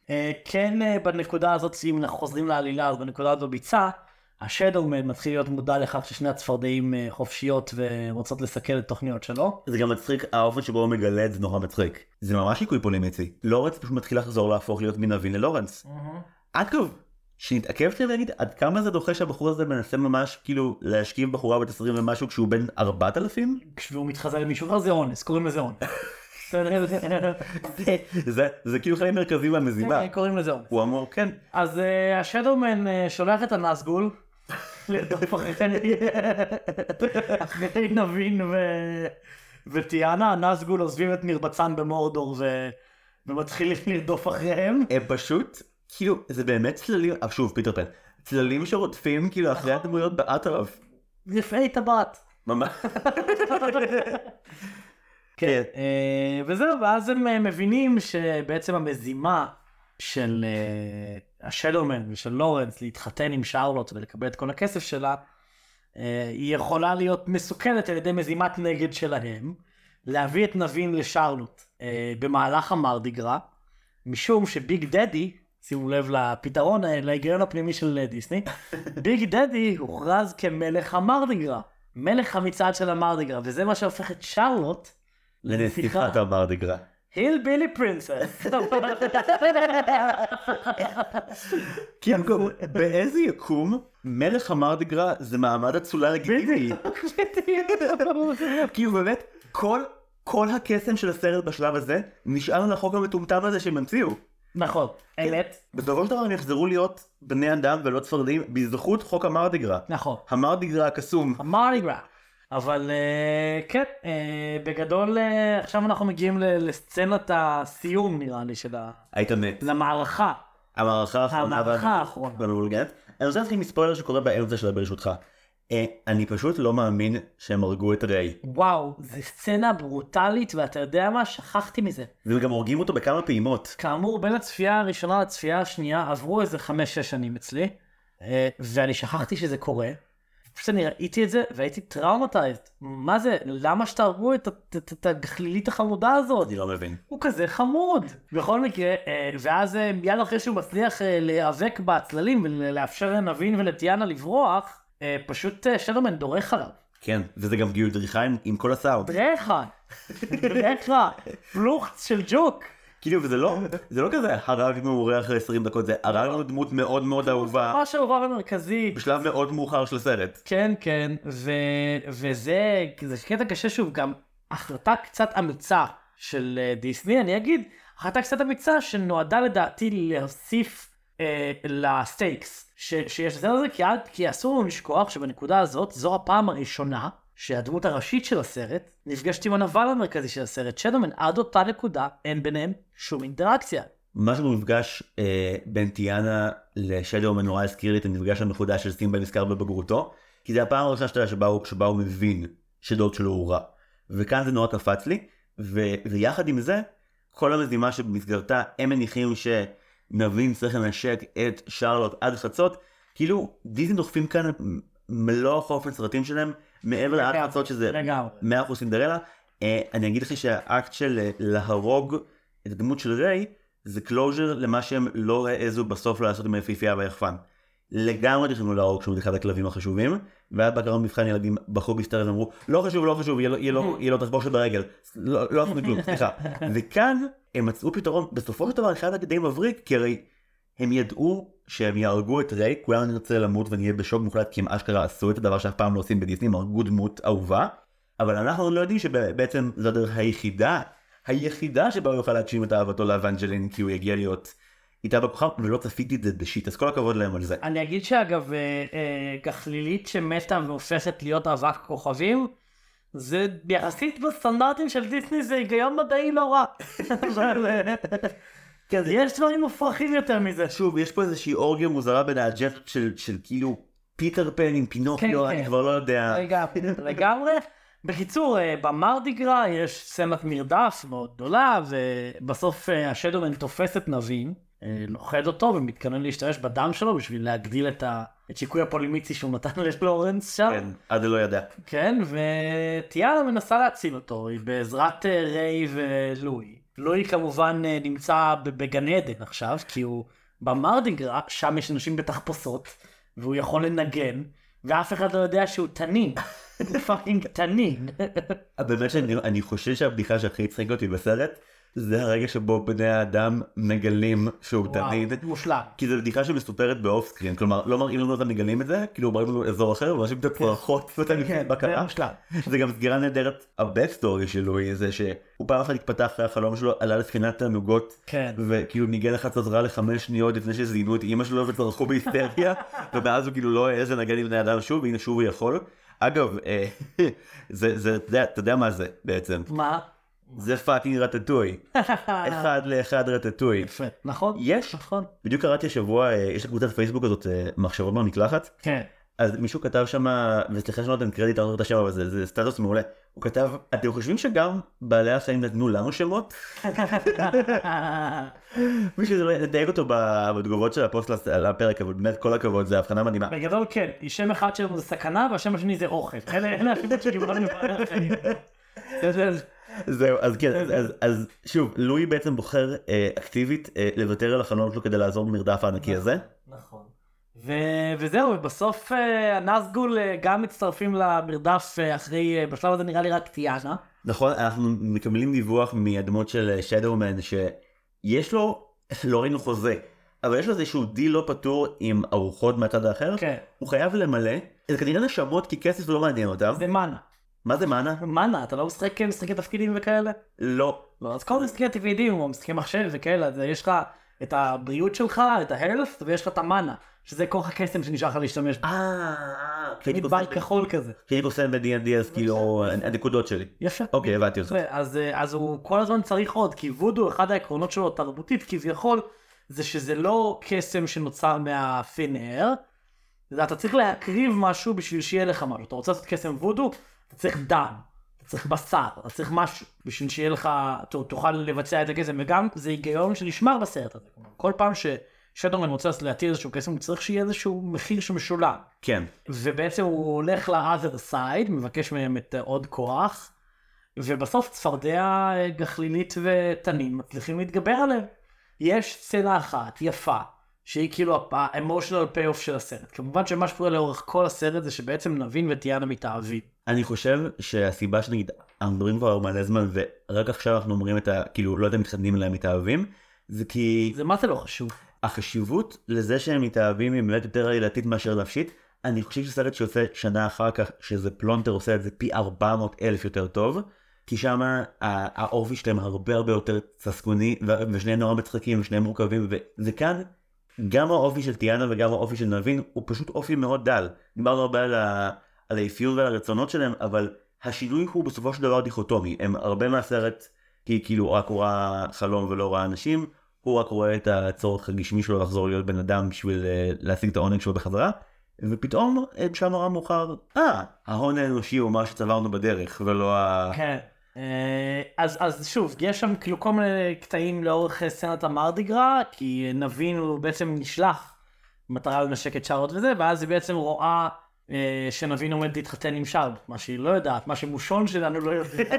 כן, בנקודה הזאת, אם אנחנו חוזרים לעלילה, אז בנקודה הזאת בביצה, השדומן מתחיל להיות מודע לכך ששני הצפרדעים חופשיות ורוצות לסכל את תוכניות שלו. זה גם מצחיק, האופן שבו הוא מגלה את זה נורא מצחיק. זה ממש שיקוי פולימיצי. לורנס פשוט מתחיל לחזור להפוך להיות מנבין ללורנס. אגב, שנתעכב שלי להגיד עד כמה זה דוחה שהבחור הזה מנסה ממש כאילו להשכיב בחורה בת עשרים ומשהו כשהוא בן ארבעת אלפים? כשהוא מתחזה למישהו אחר זה אונס, קוראים לזה אונס. זה כאילו חלק מרכזי מהמזימה. קוראים לזה אונס. הוא אמור, כן. אז השדומן שולח את הנזגול לרדוף אחרי נבין וטיאנה, הנזגול עוזבים את מרבצן במורדור ומתחילים לרדוף אחריהם. הם פשוט, כאילו, זה באמת צללים, שוב, פיטר פן, צללים שרודפים כאילו אחרי הדמויות באטרף. יפה טבעת. ממש. כן. וזהו, ואז הם מבינים שבעצם המזימה של השדומן ושל לורנס להתחתן עם שרלוט ולקבל את כל הכסף שלה, היא יכולה להיות מסוכנת על ידי מזימת נגד שלהם, להביא את נבין לשרלוט במהלך המרדיגרה, משום שביג דדי, שימו לב לפתרון, להיגיון הפנימי של דיסני, ביג דדי הוכרז כמלך המרדיגרה, מלך המצעד של המרדיגרה, וזה מה שהופך את שרלוט לנסיכת המרדיגרה. היל בילי פרינסס. כי באיזה יקום מלך המרדיגרה זה מעמד אצולה לגיטימי. כי הוא באמת, כל הקסם של הסרט בשלב הזה נשאר על החוק המטומטם הזה שהם המציאו. נכון, אמת. בסופו של דבר הם יחזרו להיות בני אדם ולא צפרדעים בזכות חוק המרדיגרה. נכון. המרדיגרה הקסום. המרדיגרה. אבל כן, בגדול עכשיו אנחנו מגיעים לסצנת הסיום נראה לי של המערכה. המערכה האחרונה. המערכה האחרונה. אני רוצה להתחיל מספוילר שקורה באמצע שלה ברשותך. אני פשוט לא מאמין שהם הרגו את ריי. וואו, זו סצנה ברוטלית ואתה יודע מה? שכחתי מזה. והם גם הורגים אותו בכמה פעימות. כאמור, בין הצפייה הראשונה לצפייה השנייה עברו איזה חמש שש שנים אצלי, ואני שכחתי שזה קורה. פשוט אני ראיתי את זה והייתי טראומטייזד. מה זה? למה שתהרגו את הגחלילית החמודה הזאת? אני לא מבין. הוא כזה חמוד. בכל מקרה, ואז מיד אחרי שהוא מצליח להיאבק בצללים ולאפשר לנבין ולטיאנה לברוח, פשוט שדומן דורך עליו. כן, וזה גם גיל דריכה עם כל הסאונד. דריכה. דריכה. פלוחץ של ג'וק. כאילו, וזה לא, זה לא כזה הרגנו אורי אחרי עשרים דקות, זה הרגנו דמות מאוד מאוד אהובה. ממש אהובה ומרכזית. בשלב מאוד מאוחר של הסרט. כן, כן, וזה קטע קשה שוב, גם החלטה קצת אמיצה של דיסני, אני אגיד, החלטה קצת אמיצה שנועדה לדעתי להוסיף לסטייקס שיש לזה הזה, כי אסור לנו לשכוח שבנקודה הזאת, זו הפעם הראשונה שהדמות הראשית של הסרט נפגשת עם הנבל המרכזי של הסרט, שדומן. עד אותה נקודה אין ביניהם שום אינטראקציה. מה שמפגש אה, בין טיאנה לשדומן נורא הזכיר לי את המפגש המחודש של סימבה נזכר בבגרותו, כי זה הפעם הראשונה שלה שבה הוא, שבה הוא מבין שדוד שלו הוא רע. וכאן זה נורא קפץ לי, ו- ויחד עם זה, כל המזימה שבמסגרתה הם מניחים שנבין צריך לנשק את שרלוט עד חצות, כאילו דיסני דוחפים כאן מלוא החופן סרטים שלהם, מעבר לעד חצות שזה מאה אחוז סינדרלה. אני אגיד לך שהאקט של להרוג את הדמות של ריי, זה קלוז'ר למה שהם לא העזו בסוף לעשות עם היפיפייה והיחפן. לגמרי תכנו להרוג שהוא אחד הכלבים החשובים, ועד בקרון מבחן ילדים בחרו בסטרס ואמרו, לא חשוב, לא חשוב, יהיה לו תחבושת ברגל, לא עשינו כלום, סליחה. וכאן הם מצאו פתרון, בסופו של דבר אחד די מבריק, כי הרי הם ידעו שהם יהרגו את ריי, כולנו נרצה למות ונהיה בשוק מוחלט, כי הם אשכרה עשו את הדבר שאף פעם לא עושים בדיסני, הם הרגו דמות אהובה, אבל אנחנו לא יודעים שבעצם זו הדרך היחידה, היחידה שבה הוא יוכל להגשים את אהבתו לאבנג'לין, כי הוא יגיע להיות איתה בכוכב, ולא צפיתי את זה בשיט, אז כל הכבוד להם על זה. אני אגיד שאגב, גחלילית שמתה והופכת להיות אבק כוכבים, זה יחסית בסטנדרטים של דיסני, זה היגיון מדעי לא רע. יש דברים מופרכים יותר מזה. שוב, יש פה איזושהי אורגיה מוזרה בין האג'ט של כאילו פיטר פן עם פינוקיו, אני כבר לא יודע. לגמרי. בקיצור, במרדיגרה יש סצנת מרדף מאוד גדולה, ובסוף השדומן תופס את נבין, לוחד אותו ומתכנן להשתמש בדם שלו בשביל להגדיל את שיקוי הפולימיצי שהוא נתן ללורנס שם. כן, עד לא ידע. כן, וטיאנה מנסה להציל אותו, היא בעזרת ריי ולואי. לואי כמובן נמצא בגן עדן עכשיו, כי הוא במרדיגרה, שם יש אנשים בתחפושות, והוא יכול לנגן, ואף אחד לא יודע שהוא תנין. הוא פאקינג תנין. באמת שאני חושב שהבדיחה שהכי הצחיק אותי בסרט, זה הרגע שבו בני האדם מגלים שהוא תנין. מושלם. כי זו בדיחה שמסופרת באוף סקרין, כלומר לא מראים לנו אותם מגלים את זה, כאילו מראים לנו אזור אחר, ואנשים את הפרחות בקרה. זה גם סגירה נהדרת, הבקסטורי שלו היא זה שהוא פעם אחת התפתח אחרי החלום שלו, עלה לספינת תענוגות, וכאילו ניגן לך חזרה לחמש שניות לפני שזיינו את אמא שלו וצרחו בהיסטריה, ומאז הוא כאילו לא העז לנגן עם בני אדם שוב, והנה שוב הוא יכול. אגב, אתה יודע מה זה בעצם? מה? זה פאקינג רטטוי. אחד לאחד רטטוי. יפה, נכון? יש, נכון. בדיוק קראתי השבוע, יש לקבוצת פייסבוק הזאת, מחשבות במקלחת. כן. אז מישהו כתב שם, וסליחה שלא נותן קרדיט על את השם, אבל זה, זה סטטוס מעולה. הוא כתב, אתם חושבים שגם בעלי החיים נתנו לנו שמות? מישהו זה לא ידייק אותו בתגובות של הפוסט על הפרק, אבל באמת כל הכבוד, זה הבחנה מדהימה. בגדול כן, שם אחד שלנו זה סכנה, והשם השני זה אוכל. אלה הפינות שדיברנו מבעלי החיים. זהו, אז כן, אז, אז שוב, לואי בעצם בוחר אה, אקטיבית אה, לוותר על החלום שלו כדי לעזור במרדף הענקי הזה. נכון. ו- וזהו, בסוף אה, הנאסגול אה, גם מצטרפים למרדף אה, אחרי, אה, בשלב הזה נראה לי רק טיאנה. נכון, אנחנו מקבלים דיווח מהדמות של שדומן שיש לו, לא ראינו חוזה, אבל יש לו איזשהו דיל לא פתור עם ארוחות מהצד האחר. כן. הוא חייב למלא, זה כנראה נשמות כי כסף לא מעניין אותם. זה מנה. מה זה מנה? מנה, אתה לא משחק משחקי תפקידים וכאלה? לא. לא, אז כל משחקי תפקידים או משחקי מחשב וכאלה, אז יש לך את הבריאות שלך, את ההלף, ויש לך את המנה, שזה כוח הקסם שנשאר לך להשתמש בו. אה, תמיד בר כחול כזה. כי אני עושה ב-די אנד די אז כאילו הנקודות שלי. יפה. אוקיי, הבאתי אותך. אז, אז הוא כל הזמן צריך עוד, כי וודו, אחד העקרונות שלו תרבותית, כביכול, זה שזה לא קסם שנוצר מהפינר, אתה צריך להקריב משהו בשביל שיהיה לך משהו. אתה רוצה לעשות קסם וודו, אתה צריך דם, אתה צריך בשר, אתה צריך משהו, בשביל שיהיה לך, תוכל לבצע את הקסם, וגם זה היגיון שנשמר בסרט הזה. כל פעם ששדומן רוצה להטיל איזשהו קסם, הוא צריך שיהיה איזשהו מחיר שמשולם. כן. ובעצם הוא הולך ל-other side, מבקש מהם את עוד כוח, ובסוף צפרדע גחלילית ותנים מצליחים להתגבר עליהם. יש סצנה אחת יפה, שהיא כאילו ה-emotional payoff של הסרט. כמובן שמה שקורה לאורך כל הסרט זה שבעצם נבין וטיאנה מתאהבים. אני חושב שהסיבה שנגיד, אנחנו מדברים כבר מלא זמן, ורק עכשיו אנחנו אומרים את ה... כאילו, לא יודע אם מתחתנים להם מתאהבים, זה כי... זה מה זה לא חשוב? החשיבות לזה שהם מתאהבים היא באמת יותר עילתית מאשר נפשית. אני חושב שסרט שיוצא שנה אחר כך, שזה פלונטר עושה את זה פי ארבע מאות אלף יותר טוב, כי שם האופי שלהם הרבה הרבה יותר צסקוני, ושניהם נורא מצחקים ושניהם מורכבים, וזה כאן... גם האופי של טיאנה וגם האופי של נבין הוא פשוט אופי מאוד דל. דיברנו הרבה על, ה... על האפיון ועל הרצונות שלהם, אבל השינוי הוא בסופו של דבר דיכוטומי. הם הרבה מהסרט, כי כאילו רק הוא ראה חלום ולא ראה אנשים, הוא רק רואה את הצורך הגשמי שלו לחזור להיות בן אדם בשביל להשיג את העונג שלו בחזרה, ופתאום שם נורא מאוחר, אה, ההון האנושי הוא מה שצברנו בדרך, ולא ה... כן. אז, אז שוב, יש שם כאילו כל מיני קטעים לאורך סצנת המרדיגרה, כי נבין הוא בעצם נשלח מטרה לנשק את שרלוט וזה, ואז היא בעצם רואה אה, שנבין עומד להתחתן עם שרלוט, מה שהיא לא יודעת, מה שמושון שלנו לא יודע.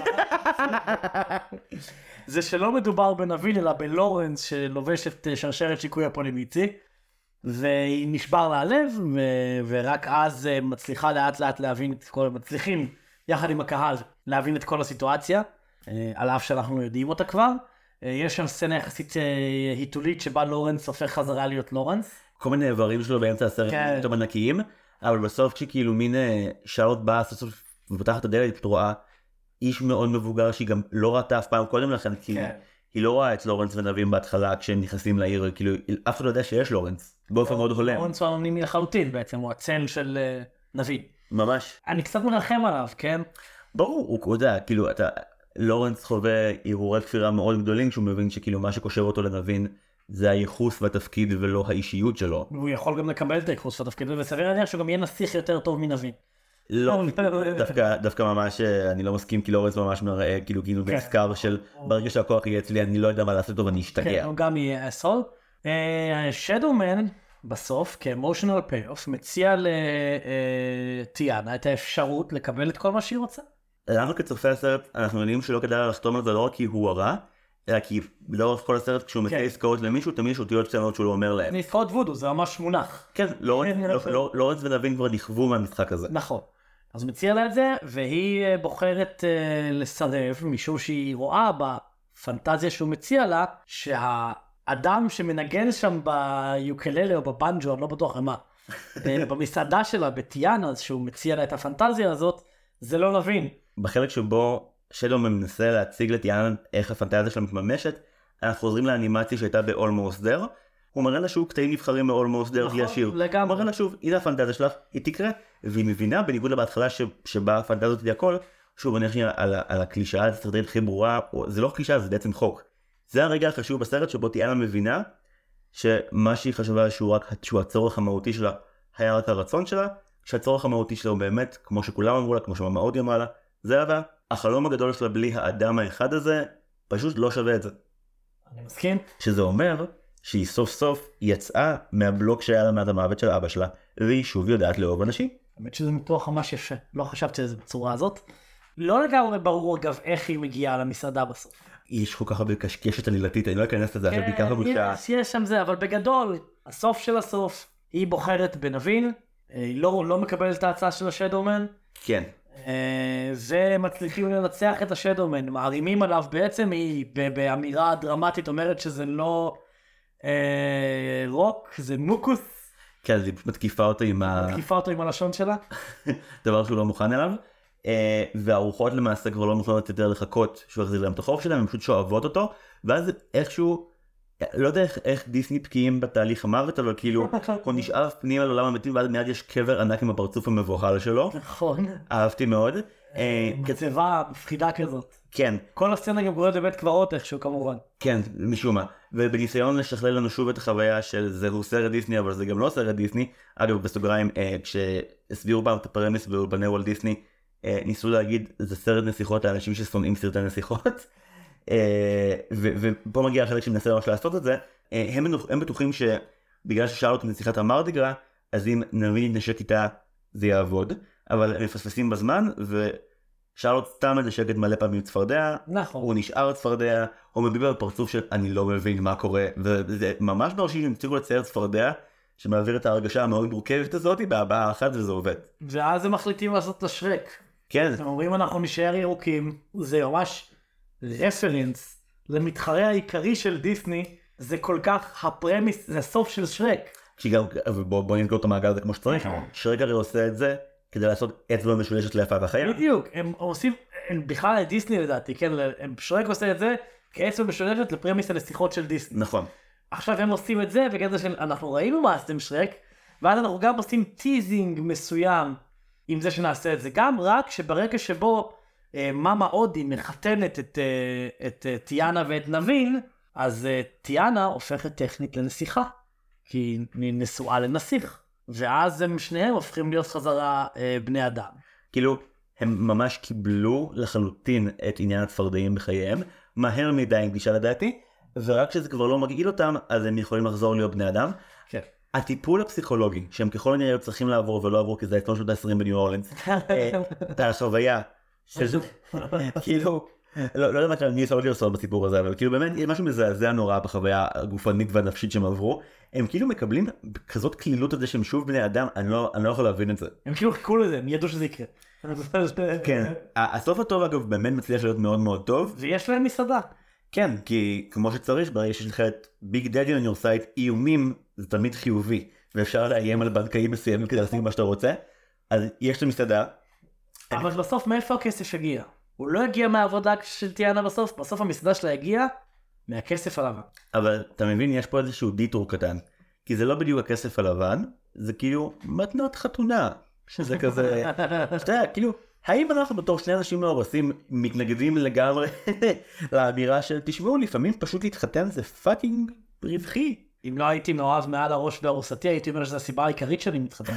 זה שלא מדובר בנבין אלא בלורנס שלובש את שרשרת שיקוי הפולימיצי, והיא נשבר לה הלב, ו... ורק אז מצליחה לאט לאט להבין את כל, מצליחים יחד עם הקהל להבין את כל הסיטואציה, על אף שאנחנו יודעים אותה כבר. יש שם סצנה יחסית היתולית שבה לורנס הופך חזרה להיות לורנס. כל מיני איברים שלו באמצע הסרט פתאום ענקיים, אבל בסוף כשכאילו מין שעות באה סוף סוף ופותחת את הדלת, היא רואה איש מאוד מבוגר שהיא גם לא ראתה אף פעם קודם לכן, כי היא לא רואה את לורנס ונבין בהתחלה כשהם נכנסים לעיר, כאילו אף אחד לא יודע שיש לורנס, באופן מאוד הולם. לורנס הוא אנונימי לחלוטין בעצם, הוא הצל של נבין. ממש. אני קצת מרחם עליו, כן? ברור, הוא יודע, כאילו, אתה, לורנס חווה הרהורי כפירה מאוד גדולים, כשהוא מבין שכאילו מה שקושר אותו לנבין, זה הייחוס והתפקיד ולא האישיות שלו. הוא יכול גם לקבל את הייחוס והתפקיד, וסביר להניח שהוא גם יהיה נסיך יותר טוב מנבין. לא, דווקא, דווקא ממש, אני לא מסכים, כי לורנס ממש מראה, כאילו, כאילו, נזכר של, ברגע שהכוח יהיה אצלי, אני לא יודע מה לעשות טוב, אני אשתגע. כן, הוא גם יהיה אסול. שדומן, בסוף, כאמושיונל פי-אוף, מציע לטיאנה את האפשרות לקבל את כל מה שהיא רוצה. אנחנו כצופי הסרט, אנחנו יודעים שלא כדאי לחתום על זה לא רק כי הוא הרע, אלא כי לאורך כל הסרט כשהוא מציע עסקאות למישהו, תמיד יש אותיות קטנות שהוא לא אומר להם. עסקאות וודו, זה ממש מונח. כן, לורנס ונבין כבר נכוו מהמשחק הזה. נכון. אז הוא מציע לה את זה, והיא בוחרת לסרב, משום שהיא רואה בפנטזיה שהוא מציע לה, שהאדם שמנגן שם ביוקללה או בבנג'ו, אני לא בטוח מה, במסעדה שלה, בטיאנה, שהוא מציע לה את הפנטזיה הזאת, זה לא נבין. בחלק שבו שדומן מנסה להציג לטיאנה איך הפנטזיה שלה מתממשת, אנחנו חוזרים לאנימציה שהייתה ב-Almost There, הוא מראה לה שוב קטעים נבחרים מ-Almost There בלי השיר. הוא מראה לה שוב, הנה הפנטזיה שלך, היא תקרה, והיא מבינה בניגוד לבהתחלה שבה הפנטזיה היא הכל, שוב אני חושב על, על הקלישאה הסרטית הכי ברורה, זה לא קלישאה, זה בעצם חוק. זה הרגע החשוב בסרט שבו טיאנה מבינה שמה שהיא חשבה שהוא רק שהוא הצורך המהותי שלה היה רק הרצון שלה, שהצורך המהותי שלו באמת, כמו שכולם אמרו לה, כמו שממה אודי אמרה לה, זה הבא, החלום הגדול שלה בלי האדם האחד הזה, פשוט לא שווה את זה. אני מסכים. שזה אומר שהיא סוף סוף יצאה מהבלוק שהיה לה מעד המוות של אבא שלה, והיא שוב יודעת לאהוב אנשים. האמת שזה ניתוח ממש יפה, לא חשבתי על זה בצורה הזאת. לא לגמרי ברור אגב איך היא מגיעה למסעדה בסוף. יש כל כך הרבה קשקשת עלילתית, אני לא אכנס לזה, אבל בעיקר בבושה. יש, יש שם זה, אבל בגדול, הסוף של הסוף, היא בוחרת בנבין, היא לא, לא מקבלת את ההצעה של השדומן. כן. ומצליחים לנצח את השדומן, מערימים עליו בעצם, היא באמירה דרמטית אומרת שזה לא אה, רוק, זה מוקוס. כן, היא מתקיפה אותו עם ה... מתקיפה אותו עם הלשון שלה. דבר שהוא לא מוכן אליו. והארוחות למעשה כבר לא מוכנות יותר לחכות שהוא יחזיר להם את החוב שלהם, הם פשוט שואבות אותו, ואז איכשהו, לא יודע איך, איך דיסני בקיאים בתהליך המוות, אבל כאילו, הוא נשאר פנים על עולם המתים, ואז מיד יש קבר ענק עם הפרצוף המבוהל שלו. נכון. אהבתי מאוד. מצבה מפחידה כזאת. כן. כל הסצנה גם קוראת בבית קברות איכשהו כמובן. כן, משום מה. ובניסיון לשכלל לנו שוב את החוויה של זהו סרט דיסני, אבל זה גם לא סרט דיסני. אגב, בסוגריים, כשהסבירו פעם את הפרמיס באולפני וולט דיסני, ניסו להגיד, זה סרט נסיכות לאנשים ששונאים סרטי נסיכות. ופה מגיע החלק שמנסה ממש לעשות את זה. הם בטוחים שבגלל ששאלו את נסיכת המרדיגרה, אז אם נבין נשק איתה זה יעבוד. אבל הם מפספסים בזמן, ושאלו סתם נשק את מלא פעמים צפרדע. נכון. הוא נשאר צפרדע, הוא מביע בפרצוף של אני לא מבין מה קורה. וזה ממש מרשים שהם הצליחו לצייר צפרדע, שמעביר את ההרגשה המאוד מורכבת הזאת בהבעה אחת וזה עובד. ואז הם מחליטים לעשות לשרק. כן. הם אומרים אנחנו נשאר ירוקים, זה ממש רפרנס למתחרה העיקרי של דיסני, זה כל כך הפרמיס, זה הסוף של שרק. שגם, בוא, בוא נסגור את המעגל הזה כמו שצריך, שרק הרי עושה את זה כדי לעשות אצבע משולשת ליפה והחיה. בדיוק, הם עושים, הם בכלל דיסני לדעתי, כן, הם שרק עושה את זה כאצבע משולשת לפרמיס הנסיכות של דיסני. נכון. עכשיו הם עושים את זה בגלל שאנחנו ראינו מה עשיתם שרק, ואז אנחנו גם עושים טיזינג מסוים עם זה שנעשה את זה, גם רק שברגע שבו אה, מאמה אודי מחתנת את, אה, את אה, טיאנה ואת נבין, אז אה, טיאנה הופכת טכנית לנסיכה, כי היא נשואה לנסיך, ואז הם שניהם הופכים להיות חזרה אה, בני אדם. כאילו, הם ממש קיבלו לחלוטין את עניין הצפרדעים בחייהם, מהר מדי עם גישה לדעתי, ורק שזה כבר לא מגעיל אותם, אז הם יכולים לחזור להיות בני אדם. כן. הטיפול הפסיכולוגי, שהם ככל הנראה צריכים לעבור ולא עברו, כי זה אצלנו שנות ה-עשרים בניו אורלינס, את החוויה, כאילו, לא יודע מה אני אעשה עוד לרסות בסיפור הזה, אבל כאילו באמת משהו מזעזע נורא בחוויה הגופנית והנפשית שהם עברו, הם כאילו מקבלים כזאת כלילות את זה שהם שוב בני אדם, אני לא יכול להבין את זה. הם כאילו חיכו לזה, הם ידעו שזה יקרה. כן, הסוף הטוב אגב באמת מצליח להיות מאוד מאוד טוב. ויש להם מסעדה. כן, כי כמו שצריך, ברגע שיש לך את ביג דדי on your site, איומים זה תמיד חיובי, ואפשר לאיים על בנקאים מסוימים כדי להשיג מה שאתה רוצה, אז יש את המסעדה. אבל בסוף מאיפה הכסף הגיע? הוא לא הגיע מהעבודה של טיאנה בסוף, בסוף המסעדה שלה הגיע מהכסף הלבן. אבל אתה מבין, יש פה איזשהו דיטור קטן, כי זה לא בדיוק הכסף הלבן, זה כאילו מתנות חתונה, שזה כזה, שאתה יודע, כאילו, האם אנחנו בתור שני אנשים מאורסים מתנגדים לגמרי לאמירה של תשמעו, לפעמים פשוט להתחתן זה פאקינג רווחי. אם לא הייתי מאוהב מעל הראש בארוסתי, הייתי אומר שזו הסיבה העיקרית שאני מתחתן.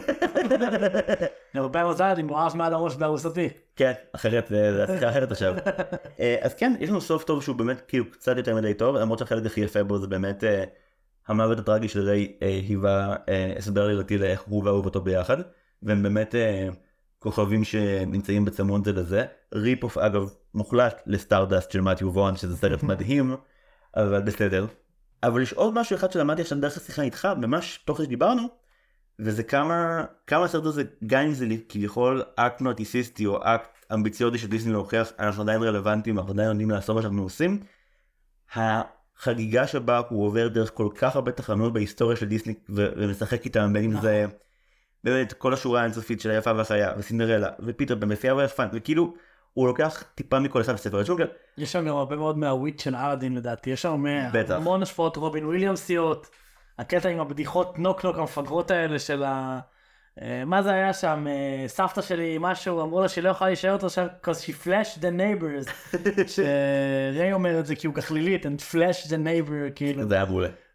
הרבה מזל, אני מאוהב מעל הראש בארוסתי. כן, אחרת, זה השיחה אחרת עכשיו. אז כן, יש לנו סוף טוב שהוא באמת כאילו קצת יותר מדי טוב, למרות שהחלק הכי יפה בו זה באמת המוות הטרגי של ריי היווה הסבר לילתי לאיך הוא ואהוב ביחד, והם באמת כוכבים שנמצאים בצמון זה לזה. ריפ-אוף אגב מוחלט לסטארדסט של מתיו וון, שזה סרט מדהים, אבל בסדר. אבל יש עוד משהו אחד שלמדתי עכשיו דרך השיחה איתך, ממש תוך שדיברנו, וזה כמה, כמה הסרט הזה, גם אם זה כביכול אקט נרקיסיסטי או אקט אמביציודי של דיסני להוכיח, אנחנו עדיין רלוונטיים, אנחנו עדיין יודעים לעשות מה שאנחנו עושים. החגיגה שבה הוא עובר דרך כל כך הרבה תחנות בהיסטוריה של דיסני, ו- ומשחק איתם, בין אם זה באמת כל השורה האינסופית של היפה והחיה, וסינדרלה, ופיטר במפייה והיפן, וכאילו, הוא לוקח טיפה מכל אחד בספר הג'ונגל. יש שם גם הרבה מאוד מהוויט של ארדין לדעתי, יש שם המון השפעות רובין וויליאמסיות, הקטע עם הבדיחות נוק נוק המפגרות האלה של ה... מה זה היה שם? סבתא שלי משהו, אמרו לה שהיא לא יכולה להישאר אותו שם, because she flashed the neighbors. ריי אומר את זה כי הוא ככלילית, and flashed the neighbor, כאילו. זה היה בולה.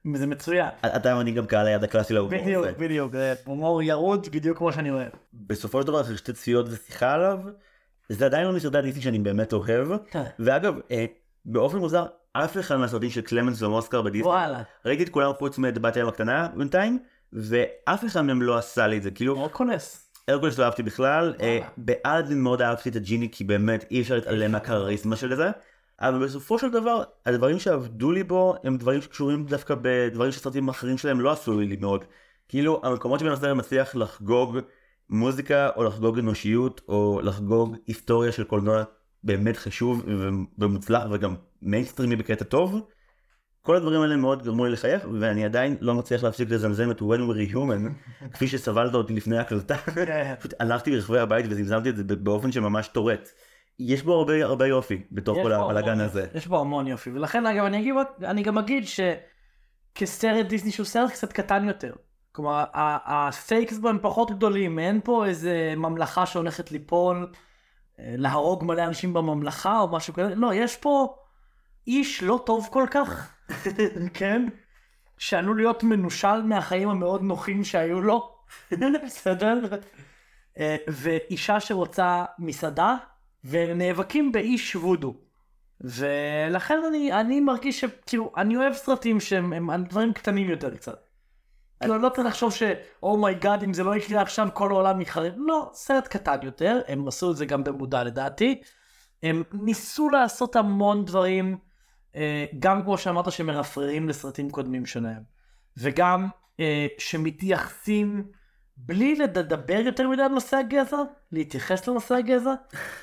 זה מצוין. אתה ואני גם קהל היד הקלאסי להומור. בדיוק, בדיוק, הומור ירוד בדיוק כמו שאני אוהב. בסופו של דבר, אחרי שתי צפיות ושיחה עליו, זה עדיין לא מסרטי דיסני שאני באמת אוהב. ואגב, באופן מוזר, אף אחד מהסרטים של קלמנס ומוסקר בדיסני, וואלה. ראיתי את כולם חוץ מבת הים הקטנה בינתיים, ואף אחד מהם לא עשה לי את זה, כאילו... הרקולס. הרקולס לא אהבתי בכלל, באלדין מאוד אהבתי את הג'יני, כי באמת אי אפשר להתעלם מהקרריזמה של זה, אבל בסופו של דבר, הדברים שעבדו לי בו, הם דברים שקשורים דווקא בדברים שסרטים אחרים שלהם לא עשו לי מאוד. כאילו, המקומות שבן הסרט מצליח לחגוג מוזיקה, או לחגוג אנושיות, או לחגוג היסטוריה של קולנוע באמת חשוב ומוצלח, וגם מיינסטרימי בקטע טוב, כל הדברים האלה מאוד גרמו לי לחייך, ואני עדיין לא מצליח להפסיק לזמזם את When We're Human, כפי שסבלת אותי לפני ההקלטה. פשוט הלכתי ברחבי הבית וזמזמתי את זה באופן שממש טורט. יש בו הרבה, הרבה יופי בתוך כל הבלגן הזה. יש בו המון יופי, ולכן אגב אני, אגיד, אני גם אגיד שכסרט דיסני שהוא סרט קצת קטן יותר. כלומר, הסטייקס בו הם פחות גדולים, אין פה איזה ממלכה שהולכת ליפול, להרוג מלא אנשים בממלכה או משהו כזה, לא, יש פה איש לא טוב כל כך, כן? שעלול להיות מנושל מהחיים המאוד נוחים שהיו לו, בסדר? ואישה שרוצה מסעדה, ונאבקים באיש וודו. ולכן אני, אני מרגיש שכאילו, אני אוהב סרטים שהם הם דברים קטנים יותר קצת. כאילו, לא צריך לחשוב ש, אומייגאד, אם זה לא יקרה עכשיו, כל העולם מתחרב. לא, סרט קטן יותר, הם עשו את זה גם במודע לדעתי. הם ניסו לעשות המון דברים, גם כמו שאמרת שמרפררים לסרטים קודמים שלהם. וגם שמתייחסים בלי לדבר יותר מדי על נושא הגזע, להתייחס לנושא הגזע.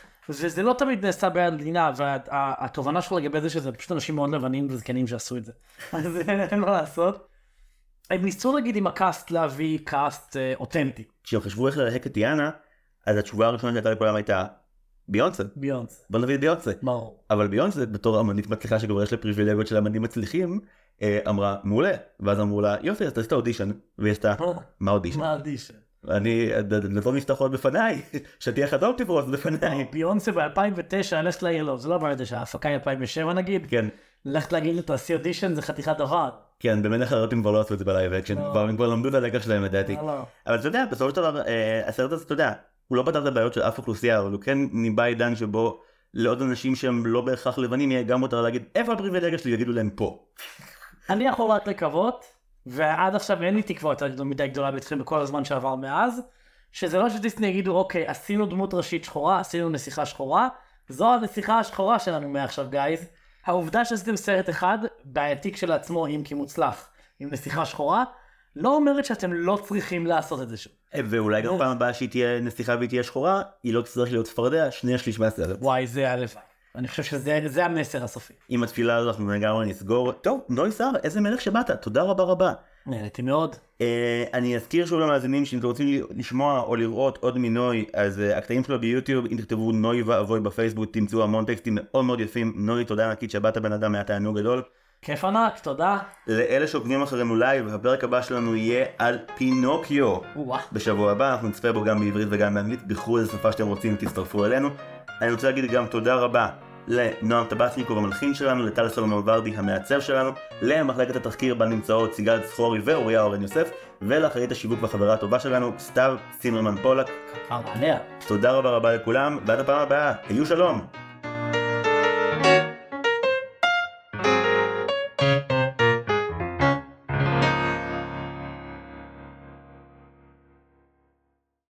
וזה לא תמיד נעשה בהלינה, והתובנה שלו לגבי זה שזה פשוט אנשים מאוד לבנים וזקנים שעשו את זה. אז אין מה לעשות. הם ניסו להגיד עם הקאסט להביא קאסט אה, אותנטי. כשהם חשבו איך ללהק את טיאנה, אז התשובה הראשונה שהייתה לכולם הייתה ביונסה. ביונסה. בוא נביא את ביונסה. ברור. אבל ביונסה, בתור אמנית מצליחה שכבר יש לה פריבילגיות של אמנים מצליחים, אה, אמרה מעולה. ואז אמרו לה, יופי, אז תעשי את האודישן. והיא עשתה, מה אודישן? מה אודישן? אני, נתון נפתחות בפניי, שתהיה חדום תפרוס בפניי. ביונסה ב-אלפיים ותשע, ללכת להגיד לו, זה לא בעיה תשע, ההפקה היא אלפיים ושבע נגיד. כן. ללכת להגיד לו, תעשי אודישן, זה חתיכת דבר. כן, במין אחרות הם כבר לא עשו את זה בלייב אקשן, הם כבר למדו את הלקח שלהם לדעתי. אבל אתה יודע, בסופו של דבר, הסרט הזה, אתה יודע, הוא לא פתר את הבעיות של אף אוכלוסייה, אבל הוא כן ניבא עידן שבו לעוד אנשים שהם לא בהכרח לבנים, יהיה גם מותר להגיד, איפה הפריבילגיה שלי, יגידו להם פה. אני יכול רק לקוות, ועד עכשיו אין לי תקווה יותר מדי גדולה בתחילים בכל הזמן שעבר מאז, שזה לא שדיסני יגידו, אוקיי, עשינו דמות ראשית שחורה, עשינו נסיכה שחורה, זו הנסיכה השחורה שלנו מעכשיו, גייז. העובדה שעשיתם סרט אחד, בעייתי כשלעצמו, אם כי מוצלח, עם נסיכה שחורה, לא אומרת שאתם לא צריכים לעשות את זה שוב. ואולי גם פעם הבאה שהיא תהיה נסיכה והיא תהיה שחורה, היא לא תצטרך להיות צפרדע, שני השליש מהסרט. וואי, זה הלוואי. אני חושב שזה המסר הסופי. עם התפילה הזאת אנחנו לגמרי נסגור. טוב, נוי שר, איזה מלך שבאת, תודה רבה רבה. נהניתי מאוד. אני אזכיר שוב למאזינים שאם אתם רוצים לשמוע או לראות עוד מנוי, אז הקטעים שלו ביוטיוב, אם תכתבו נוי ואבוי בפייסבוק, תמצאו המון טקסטים מאוד מאוד יפים. נוי, תודה ענקית שבאת בן אדם, היה תענוג גדול. כיף ענק, תודה. לאלה שעוקבים אחרינו לייב, הפרק הבא שלנו יהיה על פינוקיו. בשבוע הבא אנחנו נצפה בו גם בעברית וגם באנגלית, בחרו איזה שפה שאתם רוצים, תצטרפו אלינו. אני רוצה להגיד גם תודה רבה לנועם טבסניקוב המלחין שלנו, לטל סולומון ורדי המעצב שלנו, למחלקת התחקיר בה נמצאות סיגל צחורי ואוריה אורן יוסף, ולאחראית השיווק והחברה הטובה שלנו, סתיו צימרמן פולק. תודה רבה רבה לכולם, ועד הפעם הבאה, היו שלום.